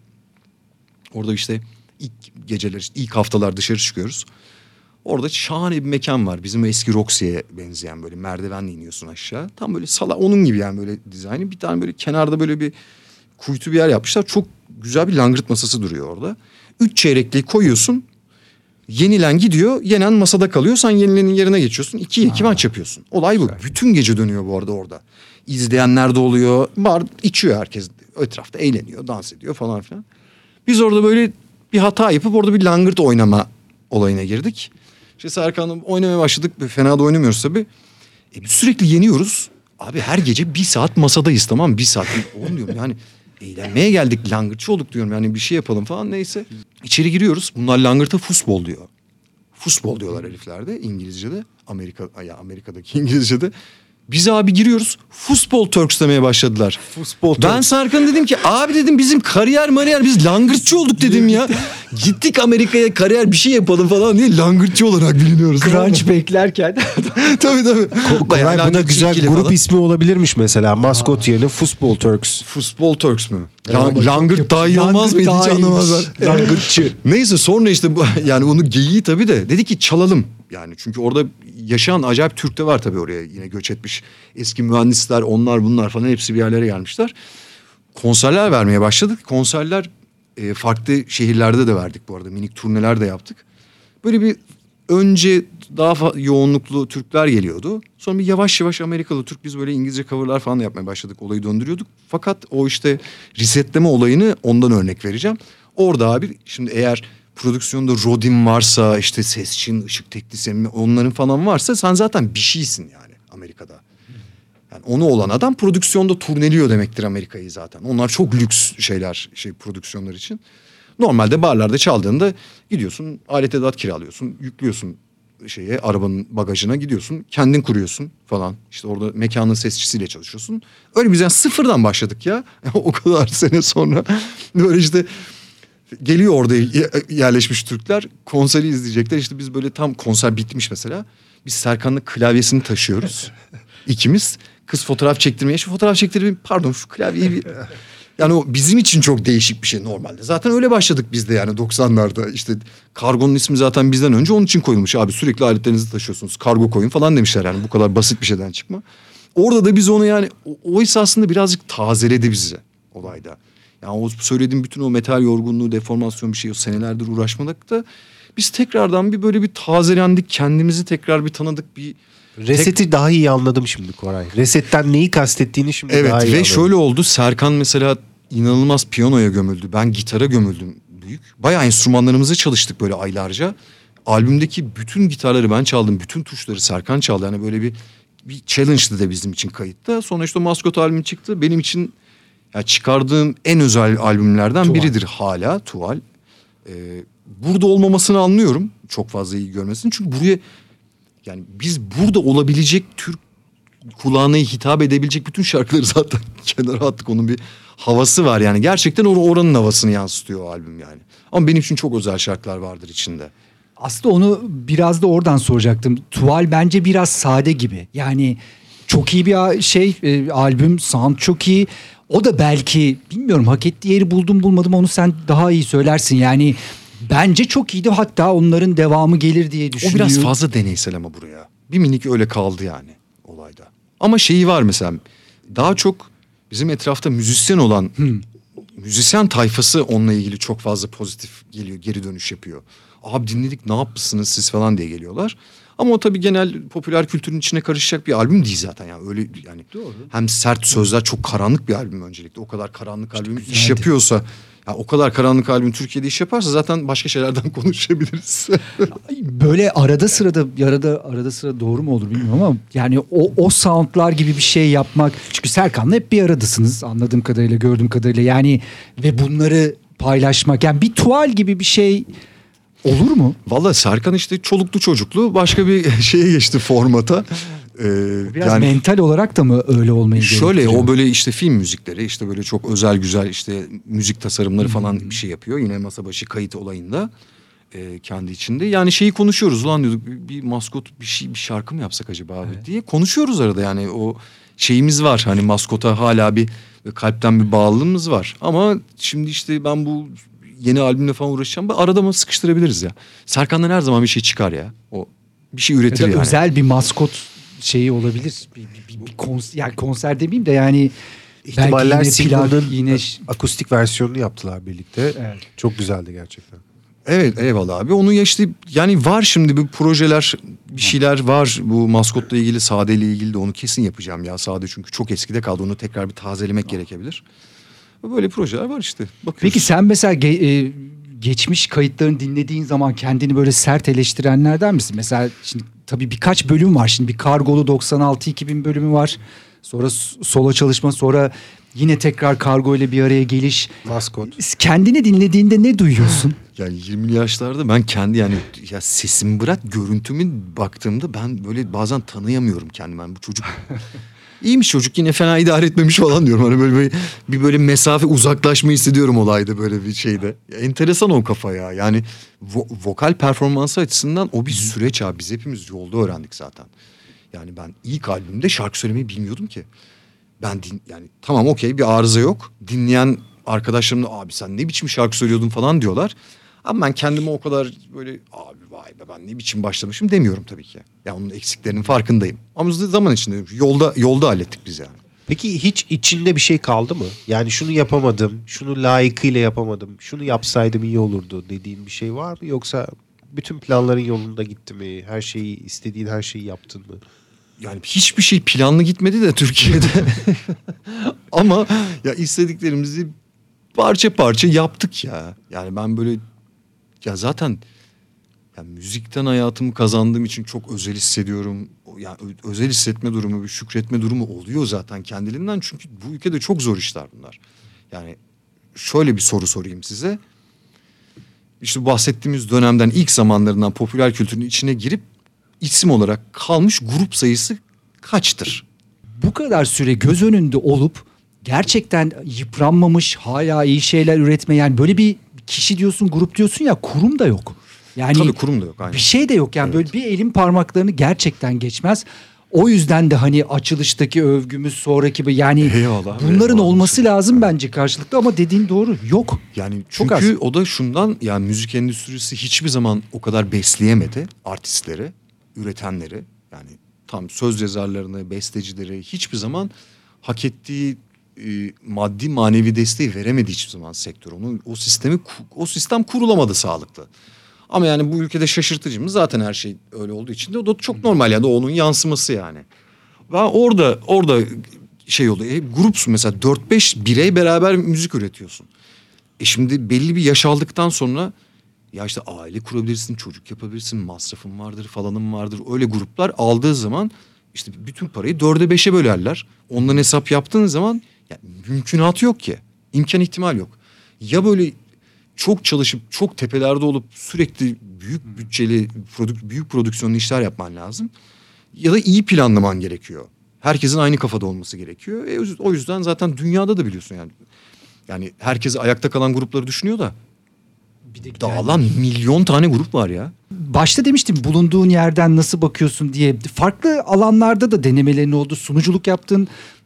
Orada işte ilk geceler, işte ilk haftalar dışarı çıkıyoruz. Orada şahane bir mekan var. Bizim eski Roxy'ye benzeyen, böyle merdivenle iniyorsun aşağı. Tam böyle sala, onun gibi yani böyle dizaynı. Bir tane böyle kenarda böyle bir kuytu bir yer yapmışlar. Çok güzel bir langırt masası duruyor orada. Üç çeyrekliği koyuyorsun. Yenilen gidiyor. Yenen masada kalıyor. Sen yenilenin yerine geçiyorsun. İkiye iki maç yapıyorsun. Olay bu. Güzel. Bütün gece dönüyor bu arada orada. İzleyenler de oluyor. Bar içiyor herkes. Etrafta eğleniyor, dans ediyor falan filan. Biz orada böyle bir hata yapıp orada bir langırt oynama olayına girdik. İşte Serkan'la oynamaya başladık. Fena da oynamıyoruz tabii. E, sürekli yeniyoruz. Abi her gece bir saat masadayız, tamam mı? Bir saat. Oğlum diyorum yani eğlenmeye geldik, langırtçı olduk diyorum. Yani bir şey yapalım falan, neyse. İçeri giriyoruz. Bunlar langırta futbol diyor. Futbol diyorlar heriflerde İngilizce'de. Amerika, ya Amerika'daki İngilizce'de. Biz abi giriyoruz. Futbol Turks demeye başladılar. Futbol Ben Turks. Serkan dedim ki abi dedim bizim kariyer mariyer biz langırtçı olduk dedim ya. Gittik Amerika'ya kariyer bir şey yapalım falan diye langırtçı olarak biliniyoruz. Crunch beklerken. Tabii tabii. Koray buna güzel grup falan. ismi olabilirmiş mesela. Maskot yerine Futbol Turks. Futbol Turks mü? Lang, langırt daha iyi olmaz mıydı? Hiç anlamazlar. Langırtçı. Neyse sonra işte bu, yani onu geyiği tabii de dedi ki çalalım. Yani çünkü orada yaşayan acayip Türk de var tabii, oraya yine göç etmiş. Eski mühendisler, onlar bunlar falan hepsi bir yerlere gelmişler. Konserler vermeye başladık. Konserler e, farklı şehirlerde de verdik bu arada. Minik turneler de yaptık. Böyle bir önce daha fa- yoğunluklu Türkler geliyordu. Sonra bir yavaş yavaş Amerikalı Türk, biz böyle İngilizce coverlar falan da yapmaya başladık. Olayı döndürüyorduk. Fakat o işte resetleme olayını ondan örnek vereceğim. Orada abi şimdi eğer prodüksiyonda Rodin varsa, işte sesçin, ışık teknisyeni onların falan varsa sen zaten bir şeysin yani Amerika'da. Yani onu olan adam prodüksiyonda turneliyor demektir Amerika'yı zaten. Onlar çok lüks şeyler, şey prodüksiyonlar için. Normalde barlarda çaldığında gidiyorsun, alet edat kiralıyorsun, yüklüyorsun şeye, arabanın bagajına gidiyorsun, kendin kuruyorsun falan. İşte orada mekanın sesçisiyle çalışıyorsun. Öyle biz yani sıfırdan başladık ya. O kadar sene sonra böyle işte geliyor orada yerleşmiş Türkler, konseri izleyecekler. İşte biz böyle tam konser bitmiş mesela. Biz Serkan'la klavyesini taşıyoruz. İkimiz. Kız fotoğraf çektirmeye. Şu fotoğraf çektirmeye, pardon şu klavyeyi bir... Yani o bizim için çok değişik bir şey normalde. Zaten öyle başladık biz de yani doksanlarda. İşte kargonun ismi zaten bizden önce onun için koyulmuş. Abi sürekli aletlerinizi taşıyorsunuz, kargo koyun falan demişler yani, bu kadar basit bir şeyden çıkma. Orada da biz onu yani o, o his aslında birazcık tazeledi bizi olayda. Yani o söylediğim bütün o metal yorgunluğu, deformasyon bir şey, o senelerdir uğraşmadık da biz tekrardan bir böyle bir tazelendik, kendimizi tekrar bir tanıdık, bir... Reseti Tek... daha iyi anladım şimdi Koray. Resetten neyi kastettiğini şimdi evet, daha iyi anladım. Evet ve şöyle oldu, Serkan mesela inanılmaz piyanoya gömüldü. Ben gitara gömüldüm. büyük. Bayağı enstrümanlarımızı çalıştık böyle aylarca. Albümdeki bütün gitarları ben çaldım. Bütün tuşları Serkan çaldı. Yani böyle bir bir challenge'dı da bizim için kayıtta. Sonra işte Maskot albümü çıktı. Benim için ya çıkardığım en özel albümlerden Tuval. biridir hala Tuval. Ee, burada olmamasını anlıyorum. Çok fazla iyi görmesini. Çünkü buraya yani biz burada olabilecek Türk kulağına hitap edebilecek bütün şarkıları zaten kenara attık. Onun bir havası var yani. Gerçekten or- oranın havasını yansıtıyor o albüm yani. Ama benim için çok özel şarkılar vardır içinde. Aslında onu biraz da oradan soracaktım. Tuval bence biraz sade gibi. Yani çok iyi bir a- şey e, albüm, sound çok iyi. O da belki bilmiyorum hak ettiği yeri buldum bulmadım onu sen daha iyi söylersin. Yani bence çok iyiydi, hatta onların devamı gelir diye O düşünüyorum. biraz fazla deneysel ama buraya. Bir minik öyle kaldı yani olayda. Ama şeyi var mesela daha çok bizim etrafta müzisyen olan Hmm. müzisyen tayfası onunla ilgili çok fazla pozitif geliyor, geri dönüş yapıyor. Abi dinledik ne yapmışsınız siz falan diye geliyorlar. Ama o tabii genel popüler kültürün içine karışacak bir albüm değil zaten yani öyle yani. Doğru. Hem sert sözler çok karanlık bir albüm öncelikle. O kadar karanlık albüm iş güzeldi. yapıyorsa ya o kadar karanlık albüm Türkiye'de iş yaparsa zaten başka şeylerden konuşabiliriz. Böyle arada sırada arada arada sıra doğru mu olur bilmiyorum ama yani o o soundlar gibi bir şey yapmak, çünkü Serkan'la hep bir aradasınız anladığım kadarıyla, gördüğüm kadarıyla yani, ve bunları paylaşmak yani bir tuval gibi bir şey olur mu? Vallahi Serkan işte çoluklu çocuklu başka bir şeye geçti formata. Ee, Biraz yani mental olarak da mı öyle olmayı şöyle gerektiriyor? o böyle işte film müzikleri işte böyle çok özel güzel işte müzik tasarımları falan bir şey yapıyor. Yine masa başı kayıt olayında e, kendi içinde. Yani şeyi konuşuyoruz ulan diyorduk bir, bir maskot bir şey bir şarkı mı yapsak acaba abi Evet. diye konuşuyoruz arada yani o şeyimiz var. Hani maskota hala bir kalpten bir bağlılığımız var. Ama şimdi işte ben bu yeni albümle falan uğraşacağım. Arada mı sıkıştırabiliriz ya. Serkan'dan her zaman bir şey çıkar ya. O bir şey Ya üretir da yani. özel bir maskot şeyi olabilir. Bir, bir, bir, bir konser, yani konser demeyeyim de yani İhtimaller belki yine plak, single'ın yine akustik versiyonunu yaptılar birlikte. Evet. Çok güzeldi gerçekten. Evet eyvallah abi. Onu ya işte yani var şimdi bu projeler bir şeyler var. Bu maskotla ilgili Sade ile ilgili de onu kesin yapacağım ya. Sade çünkü çok eskide kaldı. Onu tekrar bir tazelemek gerekebilir. Böyle projeler var işte. Bakıyoruz. Peki sen mesela ge- e, geçmiş kayıtlarını dinlediğin zaman kendini böyle sert eleştirenlerden misin? Mesela şimdi tabii birkaç bölüm var. Şimdi bir Kargolu doksan altı iki bin bölümü var. Sonra s- solo çalışma, sonra yine tekrar Kargo ile bir araya geliş. Maskot. Kendini dinlediğinde ne duyuyorsun? Yani yirmili yaşlarda ben kendi yani ya sesimi bırak görüntümü baktığımda ben böyle bazen tanıyamıyorum kendimi. Yani bu çocuk iyiymiş çocuk yine fena idare etmemiş falan diyorum. Hani böyle bir, bir böyle mesafe uzaklaşma hissediyorum olayda böyle bir şeyde. Ya, enteresan o kafa ya. Yani vo- vokal performansı açısından o bir süreç abi. Biz hepimiz yolda öğrendik zaten. Yani ben ilk albümde şarkı söylemeyi bilmiyordum ki. Ben din, yani tamam okey bir arıza yok. Dinleyen arkadaşlarım da abi sen ne biçim şarkı söylüyordun falan diyorlar. Ama ben kendime o kadar böyle abi vay be ben ne biçim başlamışım demiyorum tabii ki. Ya onun eksiklerinin farkındayım. Ama zaman içinde yolda yolda hallettik biz yani. Peki hiç içinde bir şey kaldı mı? Yani şunu yapamadım, şunu layıkıyla yapamadım, şunu yapsaydım iyi olurdu dediğin bir şey var mı? Yoksa bütün planların yolunda gitti mi? Her şeyi, istediğin her şeyi yaptın mı? Yani hiçbir şey planlı gitmedi de Türkiye'de. Ama ya istediklerimizi parça parça yaptık ya. Yani ben böyle ya zaten ya müzikten hayatımı kazandığım için çok özel hissediyorum. Yani özel hissetme durumu, bir şükretme durumu oluyor zaten kendiliğinden. Çünkü bu ülkede çok zor işler bunlar. Yani şöyle bir soru sorayım size. İşte bahsettiğimiz dönemden ilk zamanlarından popüler kültürün içine girip isim olarak kalmış grup sayısı kaçtır? Bu kadar süre göz önünde olup gerçekten yıpranmamış, hala iyi şeyler üretme, yani böyle bir kişi diyorsun, grup diyorsun ya, kurum da yok. Yani Tabii kurum da yok. Aynen. bir şey de yok yani, Evet. böyle bir elin parmaklarını gerçekten geçmez. O yüzden de hani açılıştaki övgümüz, sonraki bir yani Eyvallah, bunların eyvallah. olması lazım bence karşılıklı, ama dediğin doğru, yok. Yani Çok çünkü az. o da şundan yani müzik endüstrisi hiçbir zaman o kadar besleyemedi artistleri, üretenleri. Yani tam söz yazarlarını, bestecileri hiçbir zaman hak ettiği e, maddi manevi desteği veremedi hiçbir zaman sektör. Onu o sistemi o sistem kurulamadı sağlıklı. Ama yani bu ülkede şaşırtıcı mı? Zaten her şey öyle olduğu için de o da çok normal yani onun yansıması yani. Ve orada orada şey oluyor. E, grupsun mesela dört beş birey beraber müzik üretiyorsun. E şimdi belli bir yaş aldıktan sonra ya işte aile kurabilirsin, çocuk yapabilirsin, masrafın vardır, falanın vardır. Öyle gruplar aldığı zaman işte bütün parayı dörde beşe bölerler. Ondan hesap yaptığın zaman ya mümkünatı yok ki. İmkan ihtimal yok. Ya böyle çok çalışıp çok tepelerde olup sürekli büyük bütçeli, prodük, büyük prodüksiyonlu işler yapman lazım. Ya da iyi planlaman gerekiyor. Herkesin aynı kafada olması gerekiyor. E, o yüzden zaten dünyada da biliyorsun yani. Yani herkes ayakta kalan grupları düşünüyor da Bir de dağılan milyon tane grup var ya. Başta demiştim bulunduğun yerden nasıl bakıyorsun diye. Farklı alanlarda da denemelerin oldu. Sunuculuk yaptın.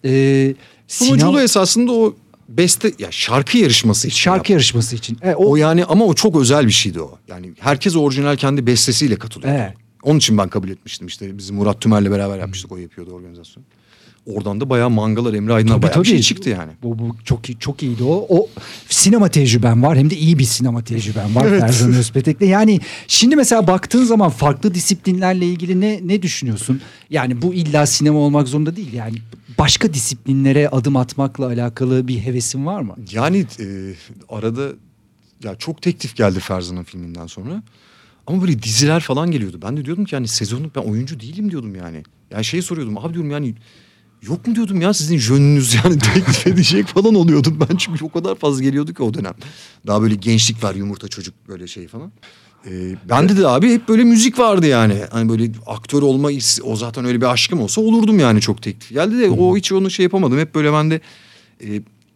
E, Sunuculuğu sinema- esasında o beste ya şarkı yarışması için. şarkı yaptım. yarışması için. E, O o, yani ama o çok özel bir şeydi o. Yani herkes orijinal kendi bestesiyle katılıyor. Evet. Onun için ben kabul etmiştim işte. Biz Murat Tümer'le beraber yapmıştık. O yapıyordu organizasyonu. Oradan da bayağı mangalar, Emre Aydın'a Tabii, bayağı bir tabii. şey çıktı yani. Bu, bu çok iyi, çok iyiydi o. O sinema tecrüben var, hem de iyi bir sinema tecrüben var Evet. Ferzan Özpetek'le. Yani şimdi mesela baktığın zaman farklı disiplinlerle ilgili ne ne düşünüyorsun? Yani bu illa sinema olmak zorunda değil. Yani başka disiplinlere adım atmakla alakalı bir hevesin var mı? Yani e, arada ya çok teklif geldi Ferzan'ın filminden sonra. Ama böyle diziler falan geliyordu. Ben de diyordum ki yani sezonluk ben oyuncu değilim diyordum yani. Yani şey soruyordum abi diyorum yani yok mu diyordum ya sizin jönünüz yani teklif edecek falan oluyordum. Ben çünkü o kadar fazla geliyordu ki o dönem. Daha böyle gençlik var, yumurta çocuk böyle şey falan. Ee, bende de abi hep böyle müzik vardı yani. Hani böyle aktör olma is- o zaten öyle bir aşkım olsa olurdum yani çok teklif geldi de o hiç onu şey yapamadım. Hep böyle bende e,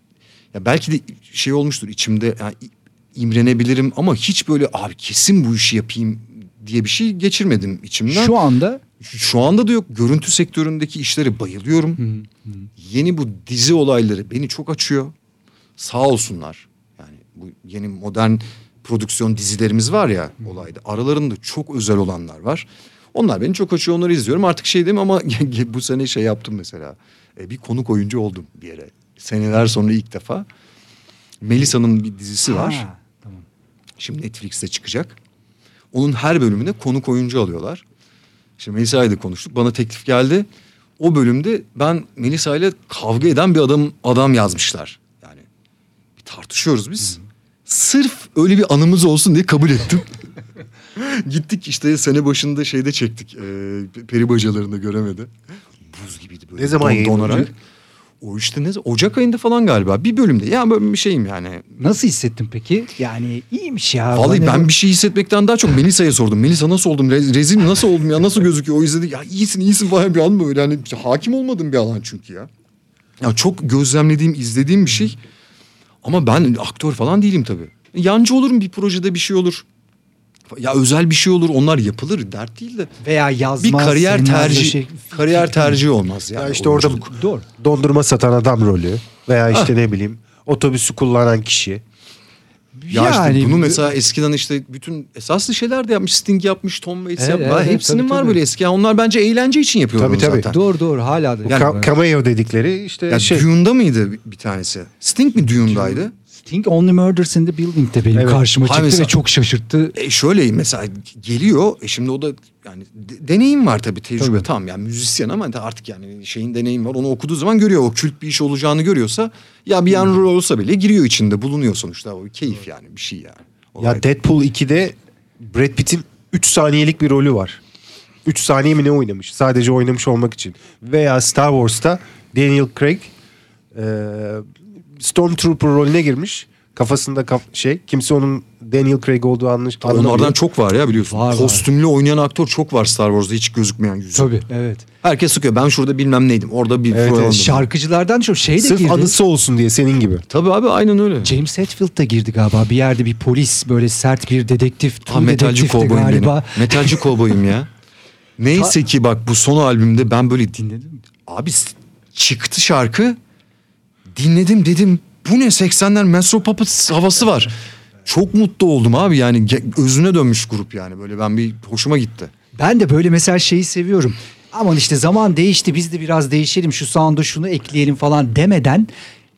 ya belki de şey olmuştur içimde yani imrenebilirim ama hiç böyle abi kesin bu işi yapayım diye bir şey geçirmedim içimden. Şu anda Şu anda da yok. Görüntü sektöründeki işlere bayılıyorum. Hı, hı. Yeni bu dizi olayları beni çok açıyor. Sağ olsunlar. Yani bu yeni modern prodüksiyon dizilerimiz var ya olayda. Aralarında çok özel olanlar var. Onlar beni çok açıyor. Onları izliyorum. Artık şey diyeyim ama bu sene şey yaptım mesela. E, bir konuk oyuncu oldum bir yere. Seneler sonra ilk defa. Melisa'nın bir dizisi var. Ha, tamam. Şimdi Netflix'te çıkacak. Onun her bölümüne konuk oyuncu alıyorlar. İşte Melisa ile konuştuk. Bana teklif geldi. O bölümde ben Melisa ile kavga eden bir adam adam yazmışlar. Yani bir tartışıyoruz biz. Hı. Sırf öyle bir anımız olsun diye kabul ettim. Gittik işte sene başında şeyde çektik. E, peri bacalarında göremedi. Buz gibiydi böyle. Ne zaman don, yayınlanacak? donarak. O işte ne Ocak ayında falan galiba. Bir bölümde. Ya böyle bir şeyim yani. Nasıl hissettin peki? Yani iyiymiş ya. Vallahi Hani ben bu- bir şey hissetmekten daha çok Melisa'ya sordum. Melisa nasıl oldum? Re- rezil mi? Nasıl oldum ya? Nasıl gözüküyor? O izledi. Ya iyisin iyisin falan bir an böyle. Hani hakim olmadığım bir alan çünkü ya. Ya çok gözlemlediğim, izlediğim bir şey. Ama ben aktör falan değilim tabii. Yancı olurum bir projede bir şey olur. Ya özel bir şey olur. Onlar yapılır. Dert değil de. veya yazma, Bir kariyer senaryo tercih şey- kariyer tercihi olmaz yani. Ya işte orada oyunculuk. Doğru. dondurma satan adam rolü veya işte ne bileyim otobüsü kullanan kişi. Ya Yani işte bunu bu- mesela eskiden işte bütün esaslı şeyler de yapmış. Sting yapmış, Tom Waits Evet, yapmış. evet, Hepsinin tabii, var tabii. böyle eski. Yani onlar bence eğlence için yapıyorlar Tabii, onu tabii. zaten. Doğru doğru hala da. Bu Yani- ka- cameo dedikleri işte Ya şey. Dune'da mıydı bir tanesi? Sting mi Dune'daydı? Sting Only Murders in the Building'de benim Evet. karşıma Ha, çıktı mesela- ve çok şaşırttı. E şöyle mesela geliyor. E şimdi o da yani de- deneyim var tabii tecrübe Tabii. tamam yani müzisyen ama da artık yani şeyin deneyim var. Onu okuduğu zaman görüyor. O kült bir iş olacağını görüyorsa ya bir yan rol olsa bile giriyor içinde bulunuyor sonuçta. O keyif yani bir şey yani. Olay. Ya Deadpool ikide Brad Pitt'in üç saniyelik bir rolü var. üç saniye mi ne oynamış? Sadece oynamış olmak için. Veya Star Wars'ta Daniel Craig e, Stormtrooper rolüne girmiş. Kafasında kaf- şey kimse onun Daniel Craig olduğu anlaş Onlardan anlamıyor. çok var ya biliyorsun. Var, var. Kostümlü oynayan aktör çok var Star Wars'da hiç gözükmeyen yüzü. Tabii evet. Herkes sıkıyor. Ben şurada bilmem neydim. Orada bir Evet, falan evet. oldum. Şarkıcılardan çok şey de Sırf girdi. anısı olsun diye senin gibi. Tabii abi aynen öyle. James Hetfield da girdi galiba. Bir yerde bir polis böyle sert bir dedektif. Ha, True metalci dedektifti kovboyum galiba. benim. Metalci kovboyum ya. Neyse ki bak bu son albümde ben böyle dinledim. Abi s- çıktı şarkı. Dinledim dedim. Bu ne seksenler Metro Puppets havası var. Çok mutlu oldum abi yani ge- özüne dönmüş grup yani böyle ben bir hoşuma gitti. Ben de böyle mesela şeyi seviyorum. Aman işte zaman değişti biz de biraz değişelim şu sound'a şunu ekleyelim falan demeden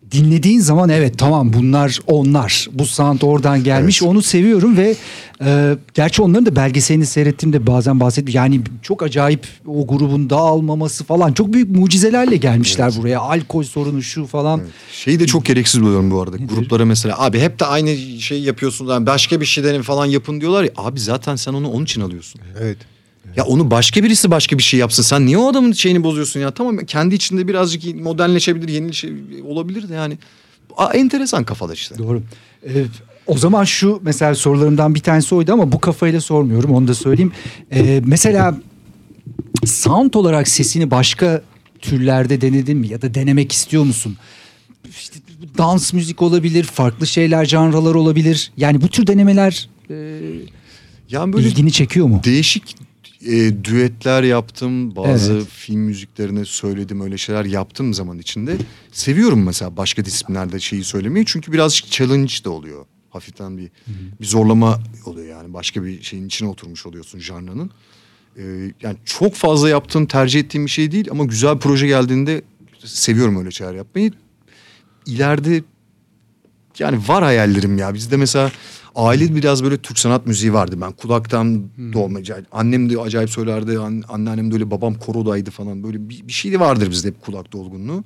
dinlediğin zaman evet tamam bunlar onlar. Bu sound oradan gelmiş. Evet. Onu seviyorum ve e, gerçi onların da belgeselini seyrettiğimde bazen bahsettim. Yani çok acayip o grubun dağılmaması falan. Çok büyük mucizelerle gelmişler Evet. buraya. Alkol sorunu şu falan. Evet. Şeyi de çok gereksiz buluyorum bu arada. Gruplara mesela abi hep de aynı şeyi yapıyorsunuz. Yani başka bir şeyden falan yapın diyorlar ya. Abi zaten sen onu onun için alıyorsun. Evet. Ya onu başka birisi başka bir şey yapsın. Sen niye o adamın şeyini bozuyorsun ya? Tamam kendi içinde birazcık modernleşebilir, yenileşe olabilir de yani. Aa, enteresan kafalar işte. Doğru. Ee, o zaman şu mesela sorularımdan bir tanesi oydu ama bu kafayla sormuyorum, onu da söyleyeyim. Ee, mesela sound olarak sesini başka türlerde denedin mi ya da denemek istiyor musun? İşte dans müzik olabilir, farklı şeyler, janralar olabilir. Yani bu tür denemeler e, Yani böyle ilgini çekiyor mu? değişik e, düetler yaptım. Bazı Evet. film müziklerine söyledim, öyle şeyler yaptım zaman içinde. Seviyorum mesela başka disiplinlerde şeyi söylemeyi. Çünkü birazcık challenge de oluyor. Hafiften bir bir zorlama oluyor yani. Başka bir şeyin içine oturmuş oluyorsun janranın. E, yani çok fazla yaptığım, tercih ettiğim bir şey değil ama güzel bir proje geldiğinde seviyorum öyle şeyler yapmayı. İleride yani var hayallerim ya. Bizde mesela aile biraz böyle Türk sanat müziği vardı. Ben kulaktan doğma. Annem de acayip söylerdi. An- Anneannem de öyle, babam korodaydı falan. Böyle bir, bir şey de vardır bizde hep kulak dolgunluğu.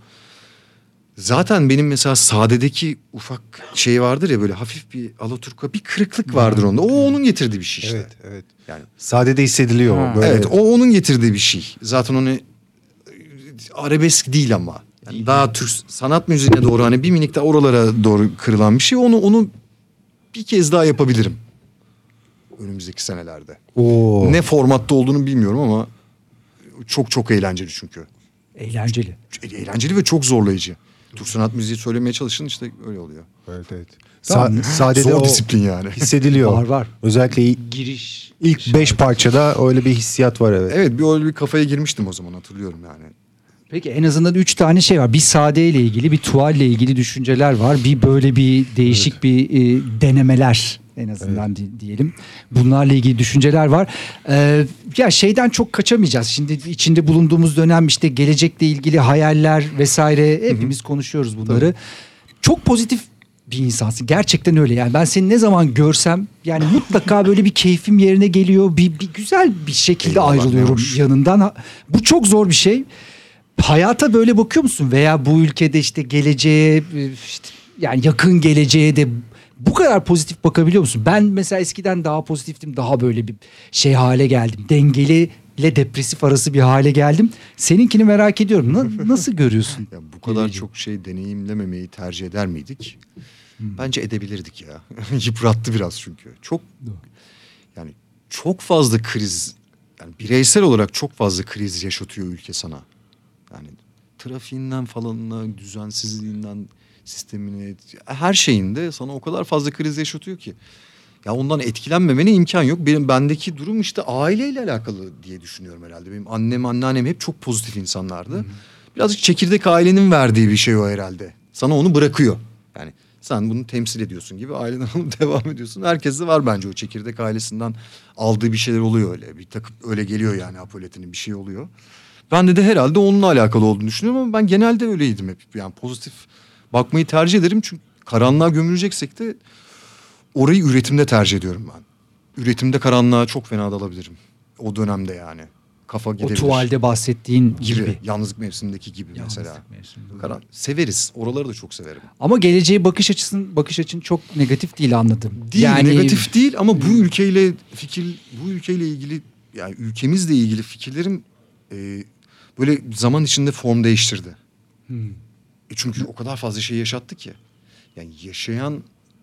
Zaten benim mesela sadedeki ufak şey vardır ya, böyle hafif bir alaturka bir kırıklık vardır onda. O onun getirdiği bir şey işte. Evet, evet. Yani Sadede hissediliyor. Ha. Böyle. evet, o onun getirdiği bir şey. Zaten onu arabesk değil ama. Yani daha Türk sanat müziğine doğru, hani bir minik de oralara doğru kırılan bir şey. Onu onu bir kez daha yapabilirim önümüzdeki senelerde. Oo. Ne formatta olduğunu bilmiyorum ama çok çok eğlenceli çünkü. Eğlenceli. Eğlenceli ve çok zorlayıcı. Türk sanat müziği söylemeye çalışın, işte öyle oluyor. Evet, evet. Tamam. Sa- sadede Zor o disiplin yani. hissediliyor. Var, var. Özellikle ilk, Giriş. ilk beş parçada öyle bir hissiyat var, evet. Evet, bir öyle bir kafaya girmiştim o zaman, hatırlıyorum yani. Peki en azından üç tane şey var. Bir sadeyle ilgili, bir tuvalle ilgili düşünceler var. Bir böyle bir değişik bir e, denemeler en azından di- diyelim. Bunlarla ilgili düşünceler var. Ee, ya şeyden çok kaçamayacağız. Şimdi içinde bulunduğumuz dönem işte gelecekle ilgili hayaller vesaire, hepimiz konuşuyoruz bunları. Çok pozitif bir insansın. Gerçekten öyle yani. Ben seni ne zaman görsem yani mutlaka böyle bir keyfim yerine geliyor. Bir, bir güzel bir şekilde Eyvallah, ne ayrılıyorum hoş. yanından. Ha- Bu çok zor bir şey. Hayata böyle bakıyor musun? Veya bu ülkede işte geleceğe, işte yani yakın geleceğe de bu kadar pozitif bakabiliyor musun? Ben mesela eskiden daha pozitiftim. Daha böyle bir şey hale geldim. Dengeli ile depresif arası bir hale geldim. Seninkini merak ediyorum. Na- nasıl görüyorsun? Ya bu kadar Geleceği. çok şey deneyimlememeyi tercih eder miydik? Bence edebilirdik ya. Yıprattı biraz çünkü. Çok yani çok fazla kriz, yani bireysel olarak çok fazla kriz yaşatıyor ülke sana. Yani trafiğinden falanına, düzensizliğinden sistemine, her şeyinde sana o kadar fazla kriz yaşatıyor ki. Ya ondan etkilenmemene imkan yok. Benim bendeki durum işte aileyle alakalı diye düşünüyorum herhalde. Benim annem, anneannem hep çok pozitif insanlardı. Hı. Birazcık çekirdek ailenin verdiği bir şey o herhalde. Sana onu bırakıyor. Yani sen bunu temsil ediyorsun gibi aileden alıp devam ediyorsun. Herkeste var bence o çekirdek ailesinden aldığı bir şeyler oluyor öyle. Bir takım öyle geliyor yani, apoletinin bir şey oluyor. Bende de herhalde onunla alakalı olduğunu düşünüyorum ama ben genelde öyleydim hep. Yani pozitif bakmayı tercih ederim çünkü karanlığa gömüleceksek de orayı üretimde tercih ediyorum ben. Üretimde karanlığa çok fena dalabilirim. O dönemde yani. Kafa O gidebilir. tuvalde bahsettiğin gibi. gibi. Yalnızlık mevsimindeki gibi Yalnızlık mesela. mevsiminde. Karan severiz. Oraları da çok severim. Ama geleceğe bakış açısın bakış açın çok negatif değil, anladım. Değil, negatif değil ama bu ülkeyle fikir, bu ülkeyle ilgili, yani ülkemizle ilgili fikirlerim e, böyle zaman içinde form değiştirdi. Hmm. E çünkü o kadar fazla şey yaşattı ki. Yani yaşayan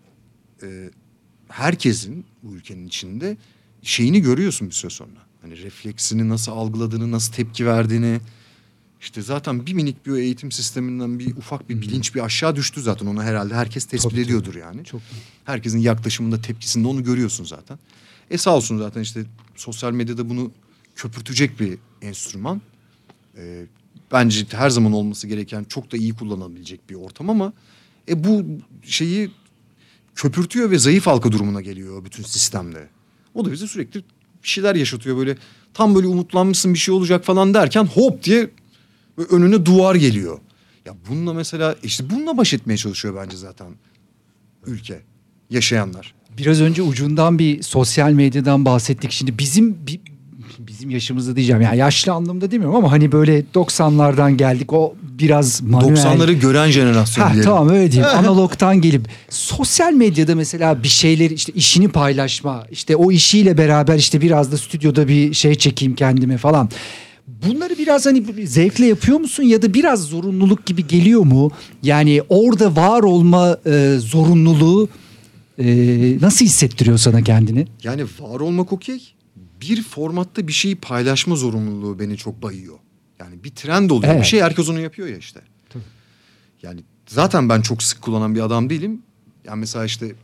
e, herkesin bu ülkenin içinde şeyini görüyorsun bir süre sonra. Hani refleksini nasıl algıladığını, nasıl tepki verdiğini. İşte zaten bir minik bir eğitim sisteminden bir ufak bir bilinç bir aşağı düştü zaten. Onu herhalde herkes tespit Tabii, ediyordur yani. Çok. Herkesin yaklaşımında, tepkisinde onu görüyorsun zaten. E sağ olsun zaten işte sosyal medyada bunu köpürtecek bir enstrüman. E, bence her zaman olması gereken, çok da iyi kullanabilecek bir ortam ama e bu şeyi köpürtüyor ve zayıf halka durumuna geliyor bütün sistemde. O da bize sürekli bir şeyler yaşatıyor, böyle tam böyle umutlanmışsın bir şey olacak falan derken hop diye önüne duvar geliyor. Ya bununla mesela işte bununla baş etmeye çalışıyor bence zaten ülke, yaşayanlar. Biraz önce ucundan bir sosyal medyadan bahsettik. Şimdi bizim bi- bizim yaşımızda diyeceğim. Yani yaşlı anlamda demiyorum ama hani böyle doksanlardan geldik. O biraz manuel. doksanları gören jenerasyon Ha, diyelim. tamam öyle diyeyim. Analogtan gelip sosyal medyada mesela bir şeyleri işte işini paylaşma, işte o işiyle beraber işte biraz da stüdyoda bir şey çekeyim kendime falan. Bunları biraz hani zevkle yapıyor musun ya da biraz zorunluluk gibi geliyor mu? Yani orada var olma e, zorunluluğu e, nasıl hissettiriyor sana kendini? Yani var olmak okey. Bir formatta bir şeyi paylaşma zorunluluğu beni çok bayıyor. Yani bir trend oluyor. Evet. Bir şey herkes onu yapıyor ya işte. Tabii. Yani zaten ben çok sık kullanan bir adam değilim. Yani mesela işte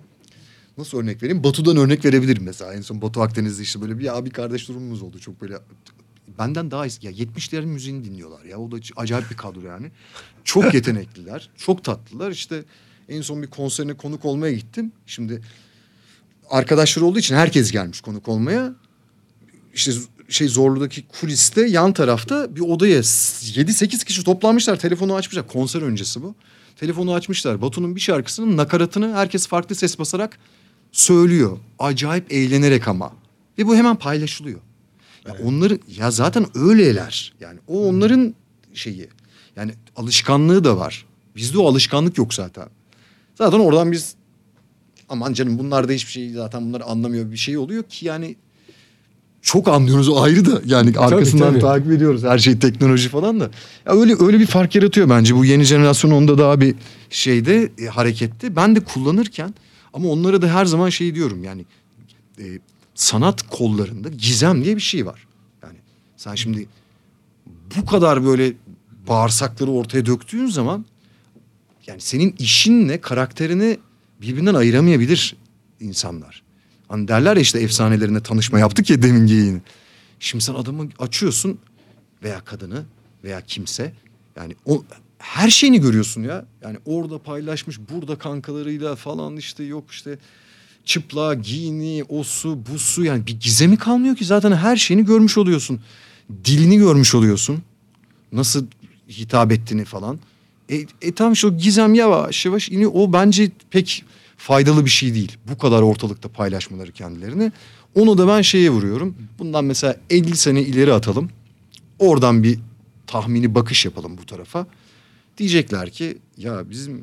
nasıl örnek vereyim? Batu'dan örnek verebilirim mesela. En son Batu Akdeniz'de işte böyle bir abi kardeş durumumuz oldu. Çok böyle benden daha eski. Ya yetmişlerin müziğini dinliyorlar ya. O da acayip bir kadro yani. Çok yetenekliler. Çok tatlılar. İşte en son bir konserine konuk olmaya gittim. Şimdi arkadaşlar olduğu için herkes gelmiş konuk olmaya. İşte şey Zorlu'daki kuliste yan tarafta bir odaya yedi sekiz kişi toplanmışlar. Telefonu açmışlar. Konser öncesi bu. Telefonu açmışlar. Batu'nun bir şarkısının nakaratını herkes farklı ses basarak söylüyor. Acayip eğlenerek ama. Ve bu hemen paylaşılıyor. Ya evet. Onları ya zaten öyleler. Yani o onların şeyi. Yani alışkanlığı da var. Bizde o alışkanlık yok zaten. Zaten oradan biz aman canım bunlar da hiçbir şey zaten bunlar anlamıyor bir şey oluyor ki yani çok anlıyoruz o ayrı da yani arkasından tabii, tabii. takip ediyoruz her şey teknoloji falan da. Ya öyle öyle bir fark yaratıyor bence bu yeni jenerasyon onda daha bir şeyde e, harekette. Ben de kullanırken ama onlara da her zaman şey diyorum yani e, sanat kollarında gizem diye bir şey var. Yani sen şimdi bu kadar böyle bağırsakları ortaya döktüğün zaman yani senin işinle karakterini birbirinden ayıramayabilir insanlar. Hani derler ya işte efsanelerine tanışma yaptık ya demin geyiğini. Şimdi sen adamı açıyorsun veya kadını veya kimse yani o her şeyini görüyorsun ya. Yani orada paylaşmış burada kankalarıyla falan işte yok işte çıplak giyini o su bu su yani bir gizemi kalmıyor ki zaten her şeyini görmüş oluyorsun. Dilini görmüş oluyorsun. Nasıl hitap ettiğini falan. E, e tam şu gizem yavaş yavaş iniyor. O bence pek faydalı bir şey değil. Bu kadar ortalıkta paylaşmaları kendilerini. Onu da ben şeye vuruyorum. Bundan mesela elli sene ileri atalım. Oradan bir tahmini bakış yapalım bu tarafa. Diyecekler ki ya bizim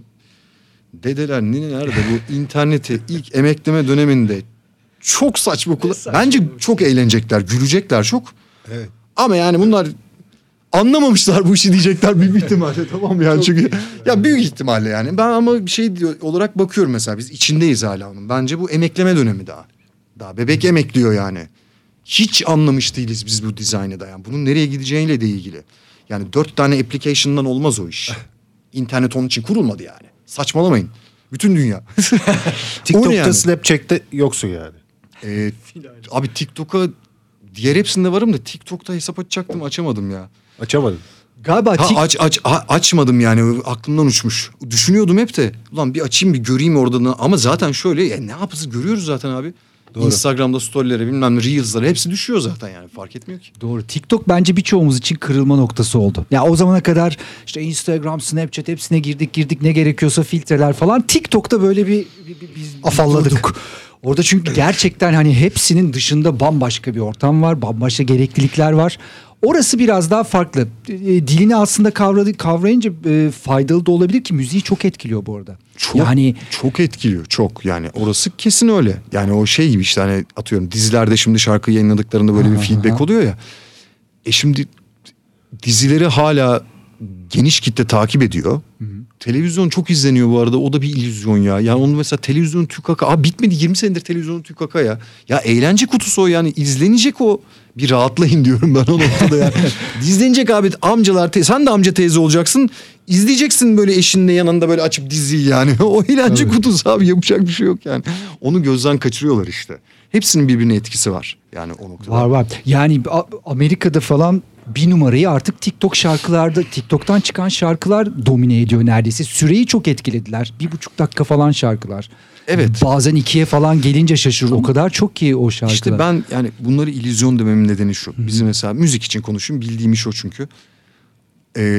dedeler nineler de bu interneti ilk emekleme döneminde çok saçma kullan. Bence çok eğlenecekler, gülecekler çok. Evet. Ama yani bunlar anlamamışlar bu işi diyecekler büyük ihtimalle tamam yani çünkü ya büyük ihtimalle yani ben ama bir şey olarak bakıyorum mesela biz içindeyiz hala onun. Bence bu emekleme dönemi daha. Daha bebek emekliyor yani. Hiç anlamış değiliz biz bu dizaynı da yani. Bunun nereye gideceğiyle de ilgili. Yani dört tane application'dan olmaz o iş. İnternet onun için kurulmadı yani. Saçmalamayın. Bütün dünya. TikTok'ta yani. Snapchat'te yoksun yani. Ee, abi TikTok'a diğer hepsinde varım da TikTok'ta hesap açacaktım açamadım ya. Açamadın. Galiba ha, tik... aç aç ha, açmadım yani aklımdan uçmuş. Düşünüyordum hep de. Ulan bir açayım bir göreyim orada ama zaten şöyle ya ne yapısız görüyoruz zaten abi. Doğru. Instagram'da story'lere bilmem Reels'lara hepsi düşüyor zaten yani fark etmiyor ki. Doğru. TikTok bence birçoğumuz için kırılma noktası oldu. Ya o zamana kadar işte Instagram, Snapchat hepsine girdik girdik ne gerekiyorsa filtreler falan. TikTok'ta böyle bir, bir, bir biz afalladık. Orada çünkü gerçekten hani hepsinin dışında bambaşka bir ortam var, bambaşka gereklilikler var. Orası biraz daha farklı. E, dilini aslında kavradı, kavrayınca e, faydalı da olabilir ki müziği çok etkiliyor bu arada. Çok, yani çok etkiliyor çok yani orası kesin öyle. Yani o şey gibi işte hani atıyorum dizilerde şimdi şarkı yayınladıklarında böyle bir feedback oluyor ya. E şimdi dizileri hala geniş kitle takip ediyor. Hı hı. Televizyon çok izleniyor bu arada. O da bir illüzyon ya. Yani onu mesela televizyonun tükaka. Abi bitmedi yirmi senedir televizyonun tükaka ya. Ya eğlence kutusu o yani. İzlenecek o. Bir rahatlayın diyorum ben o noktada yani. İzlenecek abi amcalar. Te- sen de amca teyze olacaksın. İzleyeceksin böyle eşinle yanında böyle açıp diziyi yani. O eğlence evet. kutusu abi yapacak bir şey yok yani. Onu gözden kaçırıyorlar işte. Hepsinin birbirine etkisi var. Yani o noktada. Var var. Yani Amerika'da falan bir numarayı artık TikTok şarkılarda TikTok'tan çıkan şarkılar domine ediyor neredeyse. Süreyi çok etkilediler. Bir buçuk dakika falan şarkılar. Evet. Bazen ikiye falan gelince şaşırır. O kadar çok ki o şarkılar. İşte ben yani bunları illüzyon dememin nedeni şu. Bizim mesela müzik için konuşayım. Bildiğim iş o çünkü. Ee,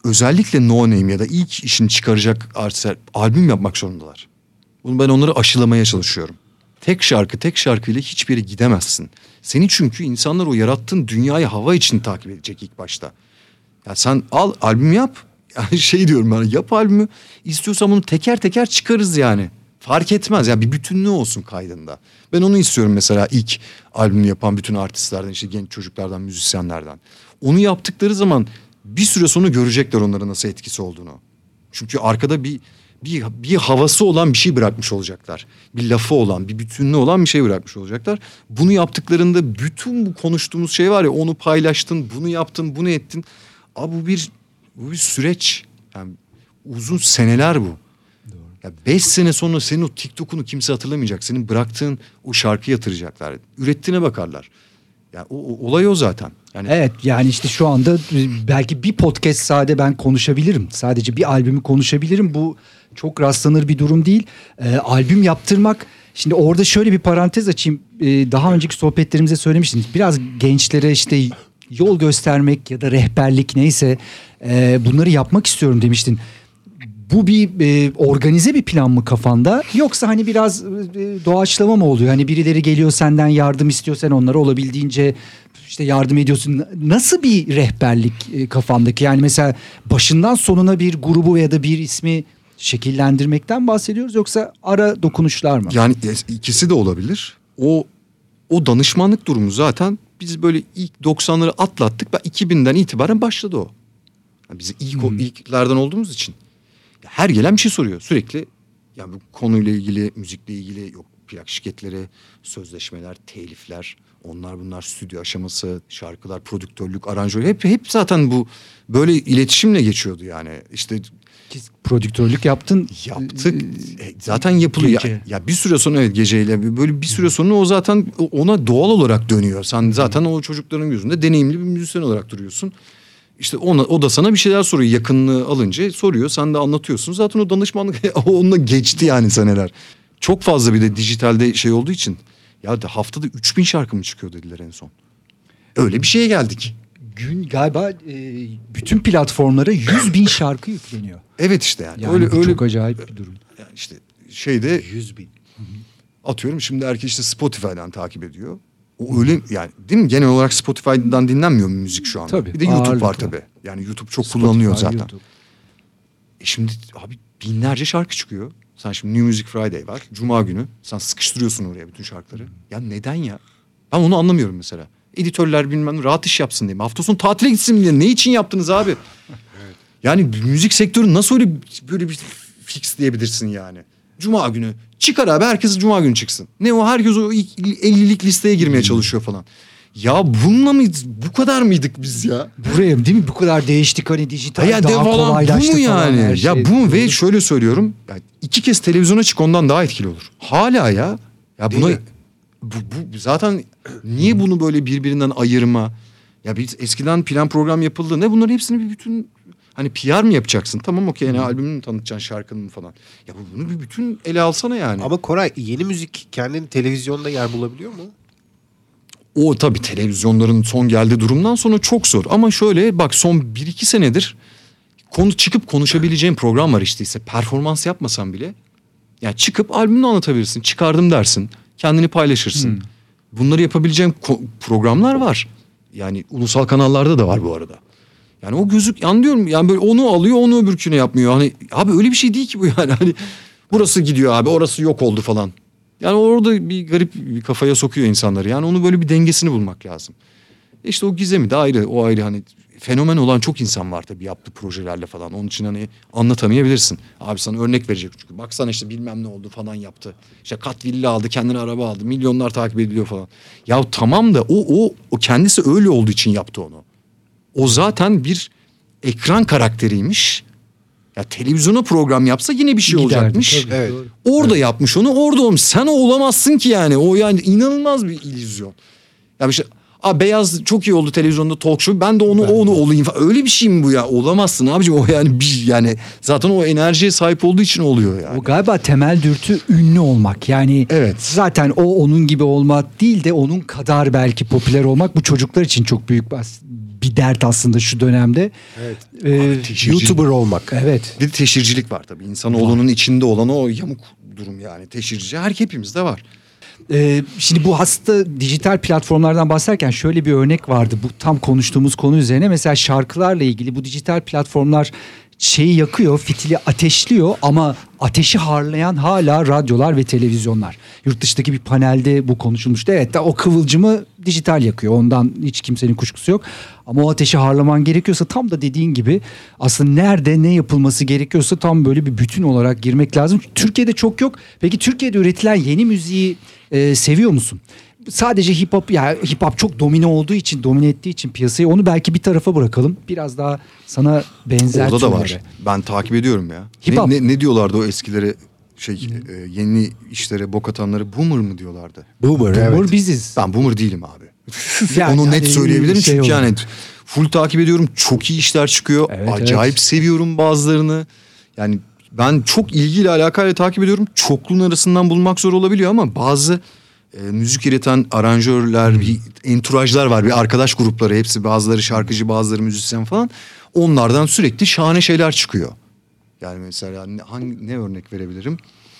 özellikle no name ya da ilk işini çıkaracak artistler albüm yapmak zorundalar. Bunu ben onları aşılamaya çalışıyorum. Tek şarkı tek şarkıyla hiçbir yere gidemezsin. Seni çünkü insanlar o yarattığın dünyayı hava için takip edecek ilk başta. Ya sen al albüm yap. Yani şey diyorum ben, yap albümü. İstiyorsan bunu teker teker çıkarız yani. Fark etmez ya, bir bütünlüğü olsun kaydında. Ben onu istiyorum mesela ilk albümü yapan bütün artistlerden, işte genç çocuklardan, müzisyenlerden. Onu yaptıkları zaman bir süre sonra görecekler onların nasıl etkisi olduğunu. Çünkü arkada bir bir bir havası olan bir şey bırakmış olacaklar. Bir lafı olan, bir bütünlüğü olan bir şey bırakmış olacaklar. Bunu yaptıklarında bütün bu konuştuğumuz şey var ya, onu paylaştın, bunu yaptın, bunu ettin. Abi bu bir bu bir süreç. Yani uzun seneler bu. Ya beş sene sonra senin o TikTok'unu kimse hatırlamayacak. Senin bıraktığın o şarkıyı yatıracaklar. Ürettiğine bakarlar. Yani o, o olay o zaten. Yani Evet, yani işte şu anda belki bir podcast sade ben konuşabilirim. Sadece bir albümü konuşabilirim. Bu çok rastlanır bir durum değil. Ee, albüm yaptırmak, şimdi orada şöyle bir parantez açayım. Ee, daha önceki sohbetlerimize söylemiştiniz. Biraz gençlere işte yol göstermek ya da rehberlik neyse e, bunları yapmak istiyorum demiştin. Bu bir e, organize bir plan mı kafanda, yoksa hani biraz e, doğaçlama mı oluyor? Hani birileri geliyor senden yardım istiyor, sen onlara olabildiğince işte yardım ediyorsun. Nasıl bir rehberlik e, kafandaki? Yani mesela başından sonuna bir grubu ya da bir ismi şekillendirmekten bahsediyoruz, yoksa ara dokunuşlar mı? Yani ikisi de olabilir. O o danışmanlık durumu zaten biz böyle ilk doksanları atlattık. Ben iki binden itibaren başladı o. Yani biz ilk hmm. o ilklerden olduğumuz için. Her gelen bir şey soruyor sürekli. Yani bu konuyla ilgili, müzikle ilgili, yok plak şirketleri, sözleşmeler, telifler, onlar bunlar, stüdyo aşaması, şarkılar, prodüktörlük, aranjör, hep hep zaten bu böyle iletişimle geçiyordu yani. İşte prodüktörlük yaptın. Yaptık. E, zaten yapılıyor. Ya, ya bir süre sonra evet, geceyle böyle bir süre sonra o zaten ona doğal olarak dönüyor. Sen zaten o çocukların gözünde deneyimli bir müzisyen olarak duruyorsun. İşte ona, o da sana bir şeyler soruyor, yakınlığı alınca soruyor, sen de anlatıyorsun. Zaten o danışmanlık onunla geçti yani seneler. Çok fazla bir de dijitalde şey olduğu için. Ya da haftada üç bin şarkı mı çıkıyor dediler en son. Öyle bir şeye geldik. Gün galiba e, bütün platformlara yüz bin şarkı yükleniyor. Evet işte yani. yani öyle öyle çok acayip bir durum. Yani işte şeyde yüz bin. Atıyorum şimdi herkes işte Spotify'dan takip ediyor. O öyle yani, değil mi? Genel olarak Spotify'dan dinlenmiyor mu müzik şu anda? Tabii, bir de YouTube ağırlıkla. var tabii. Yani YouTube çok Spotify, kullanılıyor zaten. YouTube. E şimdi abi binlerce şarkı çıkıyor. Sen şimdi New Music Friday var. Cuma günü. Sen sıkıştırıyorsun oraya bütün şarkıları. Ya neden ya? Ben onu anlamıyorum mesela. Editörler bilmem rahat iş yapsın diye mi? Hafta sonu tatile gitsin diye. Ne için yaptınız abi? Evet. Yani müzik sektörü nasıl öyle böyle bir fix diyebilirsin yani? Cuma günü. Çıkar abi, herkes Cuma günü çıksın. Ne o, herkes o ellilik listeye girmeye çalışıyor falan. Ya bununla mı, bu kadar mıydık biz ya? Buraya değil mi? Bu kadar değiştik hani, dijital ya daha kolaylaştı bu mu yani? falan. Ya şey. bu ve şöyle söylüyorum. Yani iki kez televizyona çık, ondan daha etkili olur. Hala ya. Ya Değil buna mi? bu, bu zaten niye bunu böyle birbirinden ayırma? Ya biz eskiden plan program yapıldı. Ne bunların hepsini bir bütün, hani P R mı yapacaksın? Tamam okey, yani albümünü mü tanıtacaksın, şarkını mı falan. Ya bunu bir bütün ele alsana yani. Ama Koray, yeni müzik kendini televizyonda yer bulabiliyor mu? O tabii televizyonların son geldiği durumdan sonra çok zor. Ama şöyle bak, son bir iki senedir konu çıkıp konuşabileceğin program var işte. ise performans yapmasan bile. Yani çıkıp albümünü anlatabilirsin. Çıkardım dersin. Kendini paylaşırsın. Hmm. Bunları yapabileceğin ko- programlar var. Yani ulusal kanallarda da var bu arada. Yani o gözük, anlıyorum yani, böyle onu alıyor, onu öbürküne yapmıyor. Hani abi öyle bir şey değil ki bu yani. Hani burası gidiyor abi, orası yok oldu falan. Yani orada bir garip bir kafaya sokuyor insanları. Yani onu böyle bir dengesini bulmak lazım. İşte o gizemi de ayrı, o ayrı, hani fenomen olan çok insan var tabii yaptığı projelerle falan. Onun için hani anlatamayabilirsin. Abi sana örnek verecek çünkü. Baksana işte bilmem ne oldu falan yaptı. İşte kat villa aldı, kendine araba aldı. Milyonlar takip ediliyor falan. Ya tamam da o o o kendisi öyle olduğu için yaptı onu. O zaten bir ekran karakteriymiş. Ya televizyona program yapsa yine bir şey Giderdi, olacakmış. tabii, Evet. doğru. Orada evet. yapmış onu, orada olmuş. Sen o olamazsın ki yani. O yani inanılmaz bir illüzyon. Ya bir şey, a beyaz çok iyi oldu televizyonda talk show. Ben de onu ben onu de. olayım falan. Öyle bir şey mi bu ya? Olamazsın abicim. O yani bir yani zaten o enerjiye sahip olduğu için oluyor yani. O galiba temel dürtü ünlü olmak. Yani evet. Zaten o onun gibi olmak değil de onun kadar belki popüler olmak bu çocuklar için çok büyük bas. bir dert aslında şu dönemde. Evet. Ee, Teşhirci- YouTuber olmak. evet. Bir de teşhircilik var tabii. İnsanoğlunun içinde olan o yamuk durum yani. Teşhirci her hepimizde var. Ee, şimdi bu hasta dijital platformlardan bahsederken şöyle bir örnek vardı. Bu tam konuştuğumuz konu üzerine. Mesela şarkılarla ilgili bu dijital platformlar şeyi yakıyor, fitili ateşliyor ama ateşi harlayan hala radyolar ve televizyonlar. Yurt dışındaki bir panelde bu konuşulmuştu. Evet, o kıvılcımı dijital yakıyor. Ondan hiç kimsenin kuşkusu yok. Ama o ateşi harlaman gerekiyorsa tam da dediğin gibi aslında nerede ne yapılması gerekiyorsa tam böyle bir bütün olarak girmek lazım. Türkiye'de çok yok. Peki Türkiye'de üretilen yeni müziği e, seviyor musun? Sadece hip hop, yani hip hop çok domine olduğu için, domine ettiği için piyasayı, onu belki bir tarafa bırakalım. Biraz daha sana benzer Orada da var. türlere. Ben takip ediyorum ya. Hip Ne, hop. ne, ne diyorlardı o eskilere şey e, yeni işlere bok atanları boomer mı diyorlardı? Boomer, evet. Boomer biziz. Ben boomer değilim abi. Yani- Onu net yani söyleyebilirim şey çünkü olur. yani full takip ediyorum. Çok iyi işler çıkıyor. Evet, Acayip evet. seviyorum bazılarını. Yani ben çok ilgiyle alakayla takip ediyorum. Çokluğun arasından bulmak zor olabiliyor ama bazı e, müzik üreten aranjörler, bir enturajlar var. Bir arkadaş grupları, hepsi bazıları şarkıcı, bazıları müzisyen falan. Onlardan sürekli şahane şeyler çıkıyor. Yani mesela ne, hangi, ne örnek verebilirim?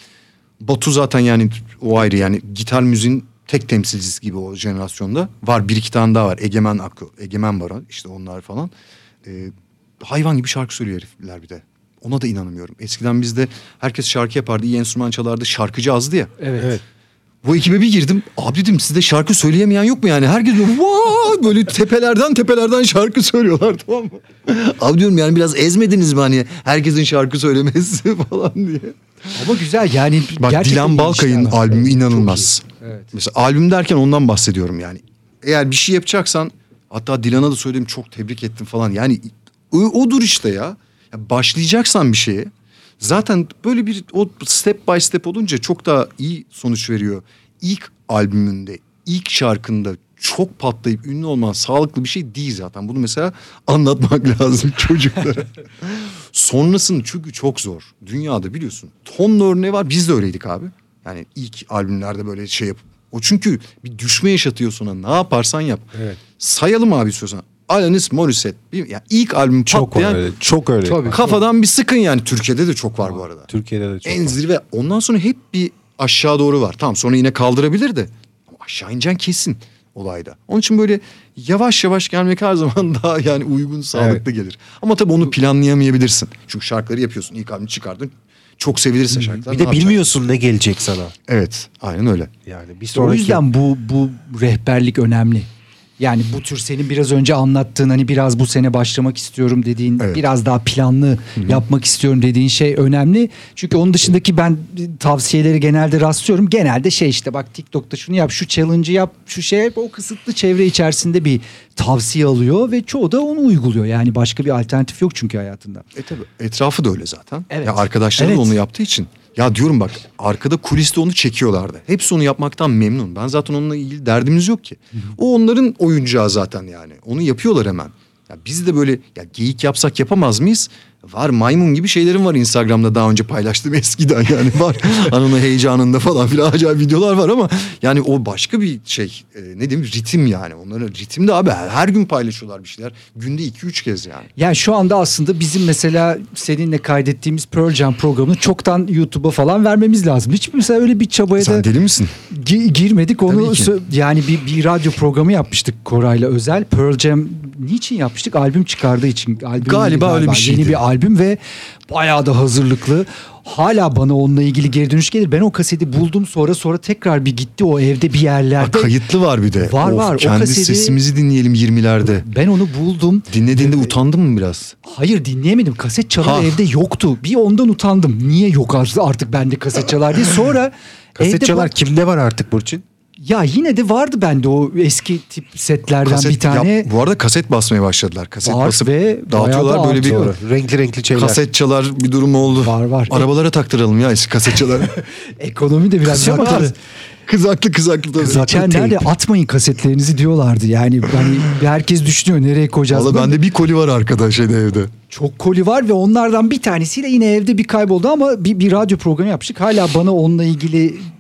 Batu zaten yani o ayrı, yani gitar müziğin tek temsilcisi gibi o jenerasyonda. Var bir iki tane daha var. Egemen Akko, Egemen var işte, onlar falan. Ee, hayvan gibi şarkı söylüyor herifler bir de. Ona da inanamıyorum. Eskiden bizde herkes şarkı yapardı, iyi enstrüman çalardı, şarkıcı azdı ya. Evet. Evet. Bu ekibe bir girdim. Abi dedim, sizde şarkı söyleyemeyen yok mu yani? Herkes böyle, "Vaa!" böyle tepelerden tepelerden şarkı söylüyorlar, tamam mı? Abi diyorum, yani biraz ezmediniz mi hani herkesin şarkı söylemesi falan diye. Ama güzel yani. Bak gerçekten Dilan iyi Balkay'ın işler var. albümü Evet, inanılmaz. çok iyi. Evet. Mesela albüm derken ondan bahsediyorum yani. Eğer bir şey yapacaksan, hatta Dilan'a da söyledim, çok tebrik ettim falan. Yani o, odur işte ya. Ya başlayacaksan bir şeye, zaten böyle bir o step by step olunca çok daha iyi sonuç veriyor. İlk albümünde, ilk şarkında çok patlayıp ünlü olman sağlıklı bir şey değil zaten. Bunu mesela anlatmak lazım çocuklara. Sonrasını çünkü çok zor. Dünyada biliyorsun tonla örneği var. Biz de öyleydik abi. Yani ilk albümlerde böyle şey yapıp. O çünkü bir düşme yaşatıyor sana. Ne yaparsan yap. Evet. Sayalım abi istiyorsan. Alanis Morissette. Bir, yani ilk albüm Çok patlayan, öyle. Çok öyle. Tabii. kafadan bir sıkın yani. Türkiye'de de çok var bu arada. Türkiye'de de çok En var. zirve. Ondan sonra hep bir aşağı doğru var. Tamam, sonra yine kaldırabilir de. Ama aşağı ineceksin kesin olayda. Onun için böyle yavaş yavaş gelmek her zaman daha yani uygun, sağlıklı gelir. Ama tabii onu planlayamayabilirsin. Çünkü şarkıları yapıyorsun. İlk albümü çıkardın. Çok sevilirse şarkılar. Bir ne de yapacaksın? bilmiyorsun ne gelecek sana. Evet, aynen öyle. Yani bir O sonraki... yüzden bu bu rehberlik önemli. Yani bu tür senin biraz önce anlattığın, hani biraz bu sene başlamak istiyorum dediğin, Evet. biraz daha planlı Hı-hı. yapmak istiyorum dediğin şey önemli. Çünkü onun dışındaki ben tavsiyeleri genelde rastlıyorum. Genelde şey işte, bak TikTok'ta şunu yap, şu challenge'ı yap, şu şey yap, o kısıtlı çevre içerisinde bir tavsiye alıyor ve çoğu da onu uyguluyor. Yani başka bir alternatif yok çünkü hayatında. E tabii etrafı da öyle zaten. Evet. Ya arkadaşları Evet. da onu yaptığı için. Ya diyorum bak, arkada kuliste onu çekiyorlardı. Hepsi onu yapmaktan memnun. Ben zaten onunla ilgili derdimiz yok ki. O onların oyuncağı zaten yani. Onu yapıyorlar hemen. Ya biz de böyle ya geyik yapsak yapamaz mıyız? Var, maymun gibi şeylerim var Instagram'da, daha önce paylaştım eskiden yani var. Anının heyecanında falan filan acayip videolar var ama yani o başka bir şey, e, ne diyeyim, ritim yani. Onların ritim de abi her gün paylaşıyorlar bir şeyler. Günde iki üç kez yani. Yani şu anda aslında bizim mesela seninle kaydettiğimiz Pearl Jam programını çoktan YouTube'a falan vermemiz lazım. Hiç mesela öyle bir çabaya da Sen deli misin? gi- girmedik. Onu Tabii ki. sö- yani bir, bir radyo programı yapmıştık Koray'la özel. Pearl Jam niçin yapmıştık? Albüm çıkardığı için. Albüm Galiba öyle bir şeydi. Yeni bir albüm ve bayağı da hazırlıklı. Hala bana onunla ilgili geri dönüş gelir. Ben o kaseti buldum, sonra sonra tekrar bir gitti o evde bir yerlerde. Ha, kayıtlı var bir de. Var, Of, var. O Kendi kaseti- sesimizi dinleyelim yirmilerde. Ben onu buldum. Dinlediğinde utandın mı biraz? Hayır, dinleyemedim. Kaset çalar Ha. evde yoktu. Bir ondan utandım. Niye yok artık bende kaset çalar diye. Sonra Kaset evde çalar bak- kimde var artık Burçin? ya yine de vardı bende o eski tip setlerden Kaset, bir tane. ya, bu arada kaset basmaya başladılar. Kaset Var basıp ve bayağı dağıtıyorlar da böyle bir artıyor. Renkli renkli şeyler. kaset çalar bir durum oldu. Var, var. Arabalara taktıralım ya eski kaset çalar. Ekonomi de biraz Kızaklı. haklı. Kızaklı kızaklı tabii. Geçenlerde atmayın kasetlerinizi diyorlardı. Yani hani herkes düşünüyor nereye koyacağız. Valla bende bir koli var arkadaş şeyde evde. Çok koli var ve onlardan bir tanesiyle yine evde bir kayboldu ama bir, bir radyo programı yapmıştık. Hala bana onunla ilgili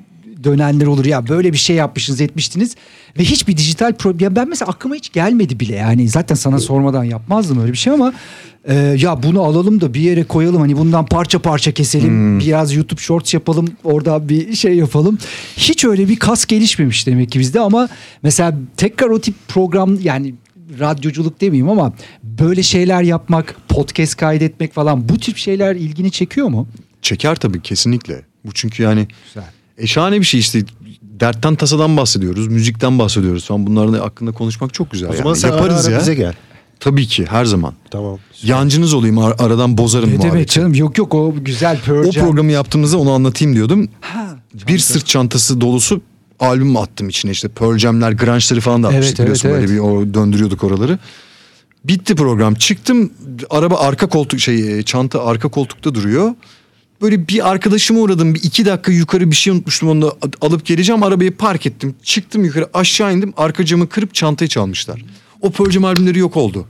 dönenler olur. Ya böyle bir şey yapmışsınız, etmiştiniz ve hiçbir dijital pro... Ya ben mesela aklıma hiç gelmedi bile. Yani zaten sana sormadan yapmazdım öyle bir şey ama e, ya bunu alalım da bir yere koyalım. Hani bundan parça parça keselim. Hmm. Biraz YouTube Shorts yapalım. Orada bir şey yapalım. Hiç öyle bir kas gelişmemiş demek ki bizde ama mesela tekrar o tip program, yani radyoculuk demeyeyim ama böyle şeyler yapmak, podcast kaydetmek falan, bu tip şeyler ilgini çekiyor mu? Çeker tabii, kesinlikle. Bu çünkü yani Güzel. E şahane bir şey işte. Dertten tasadan bahsediyoruz, müzikten bahsediyoruz falan, bunların hakkında konuşmak çok güzel. O zaman yani. sen Yaparız ara ara ya. bize gel. Tabii ki, her zaman. Tamam. Yancınız olayım, ar- aradan bozarım Ne demek muhabbeti. canım, yok yok, o güzel Pearl O Jam. programı yaptığımızda onu anlatayım diyordum. Ha, Bir sırt çantası dolusu albüm attım içine, işte Pearl Jam'ler, grunge'ları falan da atmıştık, Evet, biliyorsun, evet, böyle evet. bir o, döndürüyorduk oraları. Bitti program, çıktım, araba arka koltuk şey çanta arka koltukta duruyor. Böyle bir arkadaşıma uğradım, bir iki dakika yukarı bir şey unutmuştum, onu da alıp geleceğim, arabayı park ettim, çıktım yukarı, aşağı indim, arka camı kırıp çantayı çalmışlar. O Pearl Jam albümleri yok oldu.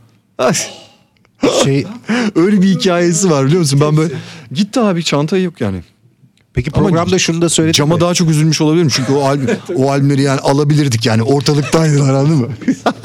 Şey, Öyle bir hikayesi var, biliyor musun? Ben böyle gitti abi, çantayı yok yani. peki Ama programda şunu da söyledim Cama mi? daha çok üzülmüş olabilirim çünkü o albüm o albümleri yani alabilirdik yani, ortalıktaydılar, anladın mı?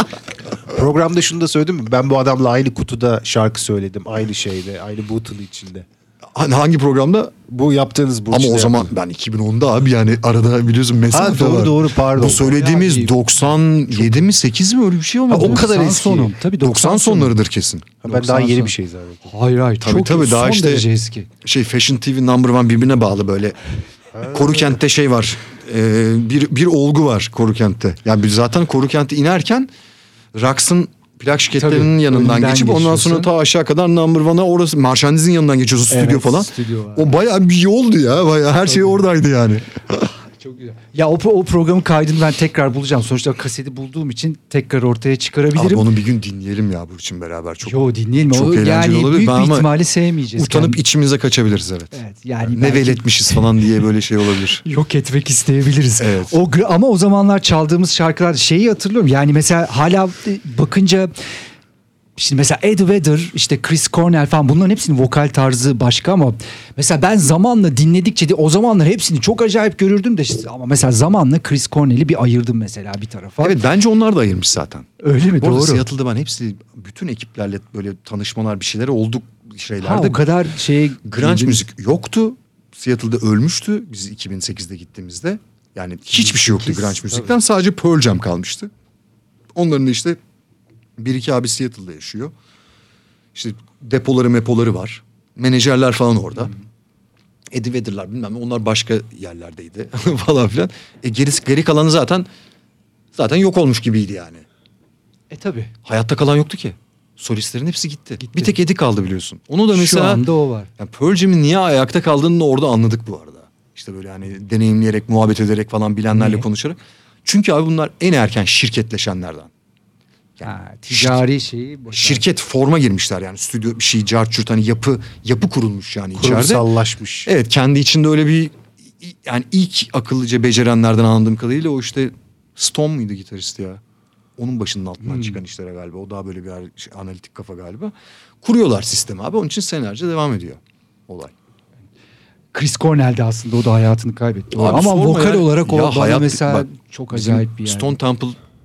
Programda şunu da söyledim mi? Ben bu adamla aynı kutuda şarkı söyledim. Aynı şeyde, aynı bootle içinde. Hani hangi programda? Bu yaptığınız bu Ama işte o zaman yaptığınız. ben iki bin onda abi, yani arada biliyorsun mesafe Ha, doğru var. doğru pardon. Bu söylediğimiz Yani- doksan yedi mi sekiz mi, öyle bir şey olmadı. Ha, o kadar doksan eski. sonu. Tabii doksan sonlarıdır kesin. Ha, ben doksan daha yeni son. bir şey zannettim. Hayır hayır, Tabii, çok tabii, daha son işte- derece eski. Şey, Fashion T V Number One birbirine bağlı böyle. Korukent'te şey var. e, bir bir olgu var Korukent'te. Yani biz zaten Korukent'e inerken Raks'ın plak şirketlerinin Tabii, yanından önünden geçip ondan sonra geçiyorsun. ta aşağı kadar Number One'a, orası Marchandiz'in yanından geçiyorsun, stüdyo Evet, falan. stüdyo var. O bayağı bir yoldu ya. Bayağı her şey oradaydı yani. Çok güzel. Ya o, pro- o programın kaydını ben tekrar bulacağım. Sonuçta kaseti bulduğum için tekrar ortaya Abi çıkarabilirim. onu bir gün dinleyelim ya Burçin, beraber. Çok Yo, dinleyelim. çok O eğlenceli yani olabilir. büyük Ben bir ama ihtimalle sevmeyeceğiz. utanıp Kendi- içimize kaçabiliriz, evet. Evet, yani ne belki veletmişiz falan diye böyle şey olabilir. yok etmek isteyebiliriz. Evet. O gra- ama o zamanlar çaldığımız şarkılar, şeyi hatırlıyorum. Yani mesela hala e, bakınca, şimdi mesela Eddie Vedder, işte Chris Cornell falan, bunların hepsinin vokal tarzı başka ama mesela ben zamanla dinledikçe de o zamanlar hepsini çok acayip görürdüm de işte, ama mesela zamanla Chris Cornell'i bir ayırdım mesela bir tarafa. Evet, bence onlar da ayırmış zaten. Öyle mi? Bu arada Doğru. Seattle'da ben hepsi, bütün ekiplerle böyle tanışmalar, bir şeyler olduk Ha, şeylerde. o kadar şeye Grunge girdim. müzik yoktu. Seattle'da ölmüştü biz iki bin sekizde gittiğimizde. Yani hiçbir şey yoktu grunge müzikten. Sadece Pearl Jam kalmıştı. Onların da işte bir iki abi Seattle'da yaşıyor. İşte depoları mepoları var. Menajerler falan orada. Hmm. Eddie Vedder'lar bilmem ne, onlar başka yerlerdeydi falan filan. E gerisi, geri kalanı zaten zaten yok olmuş gibiydi yani. E tabi. Hayatta kalan yoktu ki. Solistlerin hepsi gitti. Gitti. Bir tek Eddie kaldı, biliyorsun. Onu da mesela... Şu anda o var. Yani Pearl Jam'in niye ayakta kaldığını orada anladık bu arada. İşte böyle hani deneyimleyerek, muhabbet ederek falan, bilenlerle Niye? konuşarak. Çünkü abi bunlar en erken şirketleşenlerden. Yani Ha, ticari şeyi. boşver. şirket forma girmişler yani, stüdyo bir şey, cart curt, hani yapı yapı kurulmuş yani içeride. Kurumsallaşmış. Evet, kendi içinde öyle bir, yani ilk akıllıca becerenlerden anladığım kadarıyla o işte Stone muydu gitarist ya? Onun başının altından Hmm. çıkan işlere galiba. O daha böyle bir şey, analitik kafa galiba. Kuruyorlar sistemi abi. Onun için senelerce devam ediyor olay. Chris Cornell de aslında, o da hayatını kaybetti. Abi Ama sorma vokal ya. olarak o Ya bana hayat- mesela bak, çok Bizim acayip bir yer. Stone Temple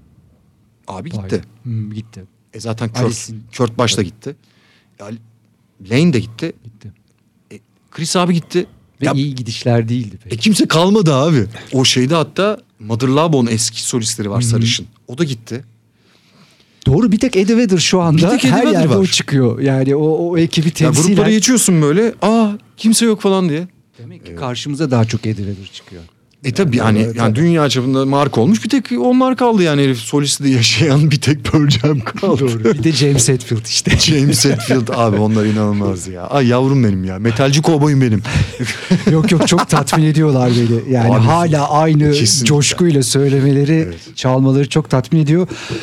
abi gitti. Hmm, gitti. E zaten Kurt, Alice'in- Kurt Busch da gitti. Ya Lane de gitti. Gitti. E, Chris abi gitti. Ve Ya, iyi gidişler değildi pek. e kimse kalmadı abi. O şeyde hatta Mother Labo'nun eski solistleri var, sarışın. O da gitti. Doğru, bir tek Eddie Vedder şu anda Bir tek Eddie her Vedder yerde var. o çıkıyor. Yani o, o ekibi Ya temsilen. gruplara geçiyorsun böyle. Aa, kimse yok falan diye. Demek ki karşımıza daha çok Eddie Vedder çıkıyor. E tabii yani, evet, yani evet. dünya çapında marka olmuş. Bir tek onlar kaldı yani, herif solisti de yaşayan bir tek Pearl Jam kaldı. Doğru. Bir de James Hetfield işte. James Hetfield abi, onlar inanılmaz ya. Ay yavrum benim ya. Metalci kovboyum benim. Yok yok, çok tatmin ediyorlar beni. Yani Abi, hala aynı kesinlikle. coşkuyla söylemeleri, Evet. çalmaları çok tatmin ediyor.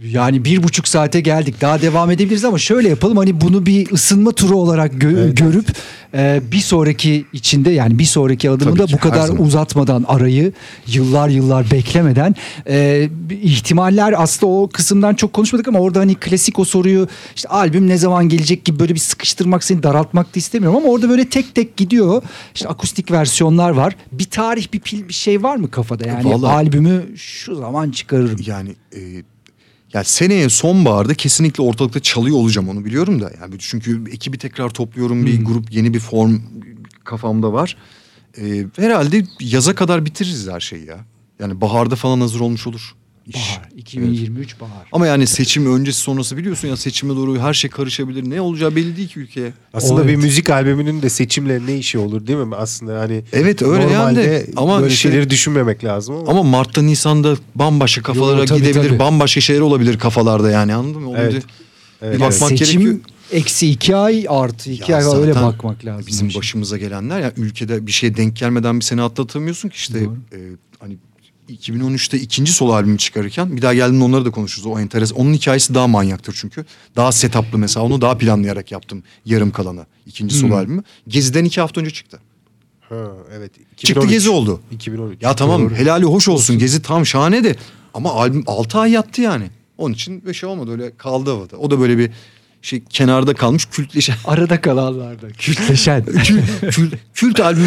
Yani bir buçuk saate geldik. Daha devam edebiliriz ama şöyle yapalım. Hani bunu bir ısınma turu olarak gö- Evet. görüp e, bir sonraki içinde yani bir sonraki adımında Tabii ki, bu kadar her zaman. uzatmadan arayı yıllar yıllar beklemeden e, ihtimaller aslında o kısımdan çok konuşmadık ama orada hani klasik o soruyu işte albüm ne zaman gelecek gibi böyle bir sıkıştırmak seni daraltmak da istemiyorum ama orada böyle tek tek gidiyor. İşte akustik versiyonlar var. Bir tarih bir pil bir şey var mı kafada? Yani Vallahi- albümü şu zaman çıkarırım. Yani e, yani seneye sonbaharda kesinlikle ortalıkta çalıyor olacağım, onu biliyorum da. Yani çünkü ekibi tekrar topluyorum, bir grup, yeni bir form kafamda var. E, herhalde yaza kadar bitiririz her şeyi ya. Yani baharda falan hazır olmuş olur. İş. Bahar. iki bin yirmi üç bahar. Ama yani seçim öncesi sonrası biliyorsun ya, seçime doğru her şey karışabilir. Ne olacağı belli değil ki ülkeye. Aslında Evet. bir müzik albümünün de seçimle ne işi olur değil mi? Aslında hani Evet, öyle normalde yani de. Ama böyle işte- şeyleri düşünmemek lazım ama. Ama Mart'ta, Nisan'da bambaşka kafalara Yo, tabii, gidebilir. tabii. Bambaşka şeyler olabilir kafalarda yani, anladın mı? Onu Evet. bir- Evet, bir evet. bakmak Seçim gerekiyor. eksi iki ay artı iki Ya ay var, öyle zaten bakmak lazım. Bizim Şimdi. başımıza gelenler ya, ülkede bir şeye denk gelmeden bir sene atlatamıyorsun ki işte. Doğru. E, hani iki bin on üçte ikinci solo albümü çıkarırken bir daha geldiğinde onları da konuşuruz. O enteresan. Onun hikayesi daha manyaktır çünkü. Daha setuplı mesela. Onu daha planlayarak yaptım yarım kalanı. İkinci solo Hmm. albümü. Gezi'den iki hafta önce çıktı. Ha, evet. iki bin Çıktı, on üç. Gezi oldu. iki bin on üç. Ya tamam, Doğru. helali hoş olsun. Gezi tam şahane de. Ama albüm altı ay yattı yani. Onun için bir şey olmadı, öyle kaldı havada. O da böyle bir şey, kenarda kalmış kültleşen. Arada kalanlarda kültleşen. kült, kült, kült albüm.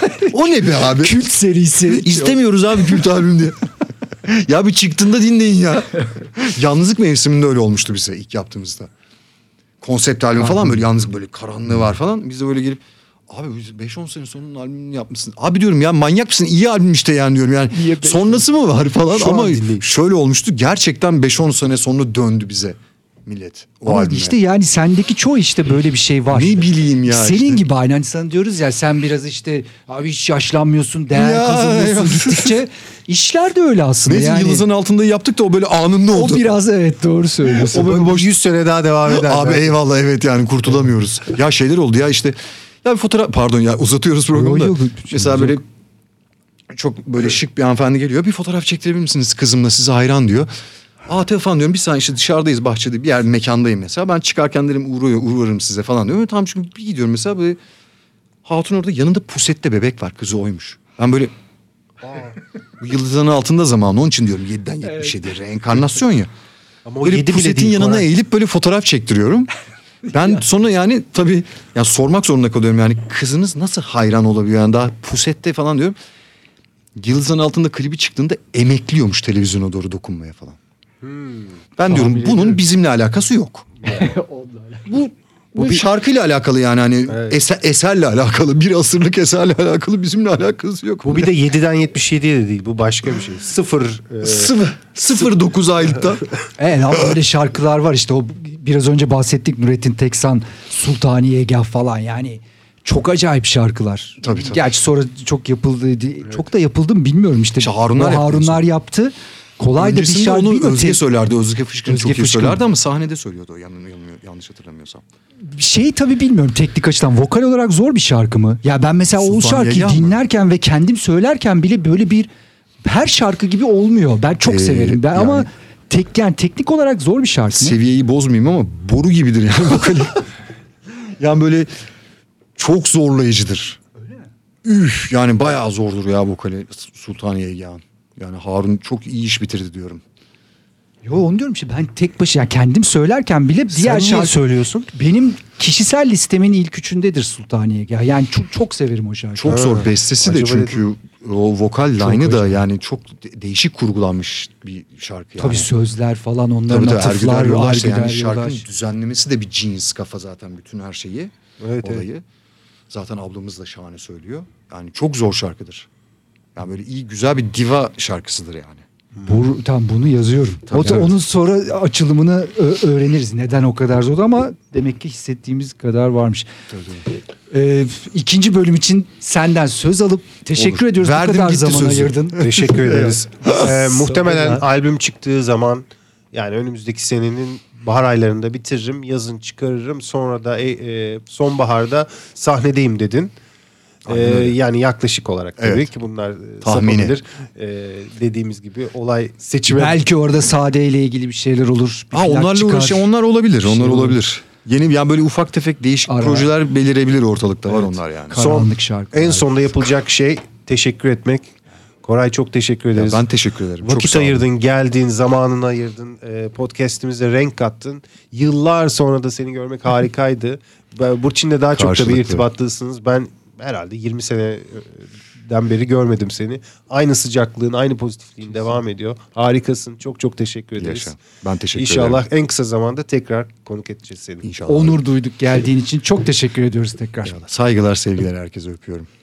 O ne be abi? Kült serisi. İstemiyoruz abi kült albüm diye. Ya bir çıktığında dinleyin ya. Yalnızlık mevsiminde öyle olmuştu bize ilk yaptığımızda. Konsept albüm falan, böyle yalnız, böyle karanlığı var falan. Biz de böyle gelip abi beş on sene sonunun albümünü yapmışsın. Abi diyorum ya, manyak mısın? İyi albüm işte yani diyorum yani. Niye beş- Sonrası mı var falan Şu ama an dinleyin. şöyle olmuştu. Gerçekten beş on sene sonra döndü bize millet o Ama albüme. işte yani sendeki çoğu işte böyle bir şey var. Ne bileyim ya Senin işte. gibi aynı hani sana diyoruz ya, sen biraz işte abi hiç yaşlanmıyorsun, değer Ya, kazanıyorsun evet. gittikçe. İşler de öyle aslında. Neyse, yani, Yıldız'ın altında yaptık da o böyle anında oldu. o biraz evet doğru söylüyorsun. O böyle boş yüz sene daha devam eder. Abi belki. eyvallah, evet yani kurtulamıyoruz. Ya şeyler oldu ya işte. Ya bir fotoğraf, pardon ya uzatıyoruz programı da. Yo, yo, Mesela yok. böyle çok böyle şık bir hanımefendi geliyor. Bir fotoğraf çektirebilir misiniz kızımla, size hayran diyor. Aa tabii falan diyorum. Bir saniye, işte dışarıdayız, bahçede bir yer, mekandayım mesela. Ben çıkarken dedim uğruyor, uğrarım size falan diyorum. Tamam, çünkü bir gidiyorum mesela, böyle hatun orada, yanında pusette bebek var, kızı oymuş. Ben böyle bu Yıldızların altında zamanı, onun için diyorum yediden yetmiş yedi reenkarnasyon ya. Ama o Böyle yedi bile pusetin değil yanına Koray. eğilip böyle fotoğraf çektiriyorum. Ben sonra yani tabii ya sormak zorunda kalıyorum yani, kızınız nasıl hayran olabiliyor yani, daha pusette falan diyorum. Yıldızın altında klibi çıktığında emekliyormuş televizyona doğru dokunmaya falan. Ben diyorum Tahmin bunun ediyorum. bizimle alakası yok. Bu bu bir şarkıyla alakalı yani, hani Evet. eser, eserle alakalı, bir asırlık eserle alakalı, bizimle alakası yok. Bu bir de yediden yetmiş yediye de değil. Bu başka bir şey. Sıfır. e, sıfır sıfır dokuz aylıkta. Evet ama öyle şarkılar var işte, o biraz önce bahsettik, Nurettin Teksan, Sultaniyegah falan, yani çok acayip şarkılar. Tabii, tabii. Gerçi sonra çok yapıldı, çok da yapıldı mı bilmiyorum işte. İşte Harunlar O yaptı Harunlar yaptı. Kolay da bir Öncesinde şarkı onu değil mi? Özge Te- söylerdi. Özge Fışkın Özge çok iyi Fışkın. söylerdi ama sahnede söylüyordu o, yan- yan- yanlış hatırlamıyorsam. Şeyi tabii bilmiyorum teknik açıdan, vokal olarak zor bir şarkı mı? Ya ben mesela o Sultan şarkıyı Yegah mı? dinlerken ve kendim söylerken bile böyle bir, her şarkı gibi olmuyor. Ben çok Ee, severim ben yani- ama tek, yani teknik olarak zor bir şarkı mı? Seviyeyi bozmayayım ama boru gibidir yani vokali. Yani böyle çok zorlayıcıdır. Öyle mi? Üf, yani bayağı zordur ya vokali Sultaniye Yegah'ın. Yani Harun çok iyi iş bitirdi diyorum. Yo onu diyorum işte, ben tek başına yani kendim söylerken bile Sen diğer niye şarkı söylüyorsun? benim kişisel listemin ilk üçündedir Sultaniyegah. Yani çok çok severim o şarkıyı. Çok Ha, zor. Bestesi de acaba çünkü o vokal line'ı da acayip. yani çok de- değişik kurgulanmış bir şarkı yani. Tabii sözler falan, onların Tabii tabii, atıflar, Ergüder Yoldaş da Ergüder yani şarkının Yoldaş. düzenlemesi de bir cins kafa zaten, bütün her şeyi, Evet, evet. olayı. Zaten ablamız da şahane söylüyor. Yani çok zor şarkıdır. Yani böyle iyi, güzel bir diva şarkısıdır yani. Bu, tamam bunu yazıyorum. Tabii, o, evet. Onun sonra açılımını ö- öğreniriz. Neden o kadar zor ama demek ki hissettiğimiz kadar varmış. Ee, ikinci bölüm için senden söz alıp teşekkür Olur. ediyoruz. Verdim bu kadar gitti zaman sözü. ayırdın. Teşekkür ederiz. Ee, muhtemelen Sonra- albüm çıktığı zaman, yani önümüzdeki senenin bahar aylarında bitiririm. Yazın çıkarırım. Sonra da e, e, sonbaharda sahnedeyim dedin. Aynen Ee, öyle. yani yaklaşık olarak tabii Evet. ki bunlar e, Tahmini. sapabilir. Ee, dediğimiz gibi olay seçime... Belki orada Sade ile ilgili bir şeyler olur. Bir Ha, plak onlarla çıkar. uğraşan onlar olabilir. Onlar şey olur. olabilir. Yeni yani böyle ufak tefek değişik Ara. projeler belirebilir ortalıkta var onlar yani. Karanlık şarkılar. En sonda yapılacak şey teşekkür etmek. Koray çok teşekkür Ya ederiz. ben teşekkür ederim. Çok Vakit sağ olun. ayırdın, geldin, zamanını ayırdın. E, podcast'imize renk kattın. Yıllar sonra da seni görmek harikaydı. Ben- Burçin'le daha çok da bir Karşılıklı. irtibatlısınız. Ben herhalde yirmi seneden beri görmedim seni. Aynı sıcaklığın, aynı pozitifliğin devam ediyor. Harikasın. Çok çok teşekkür ederiz. Yaşa. Ben teşekkür İnşallah ederim. en kısa zamanda tekrar konuk edeceğiz seni. İnşallah. Onur duyduk geldiğin için. Çok teşekkür ediyoruz tekrar. Saygılar, sevgiler, herkese öpüyorum.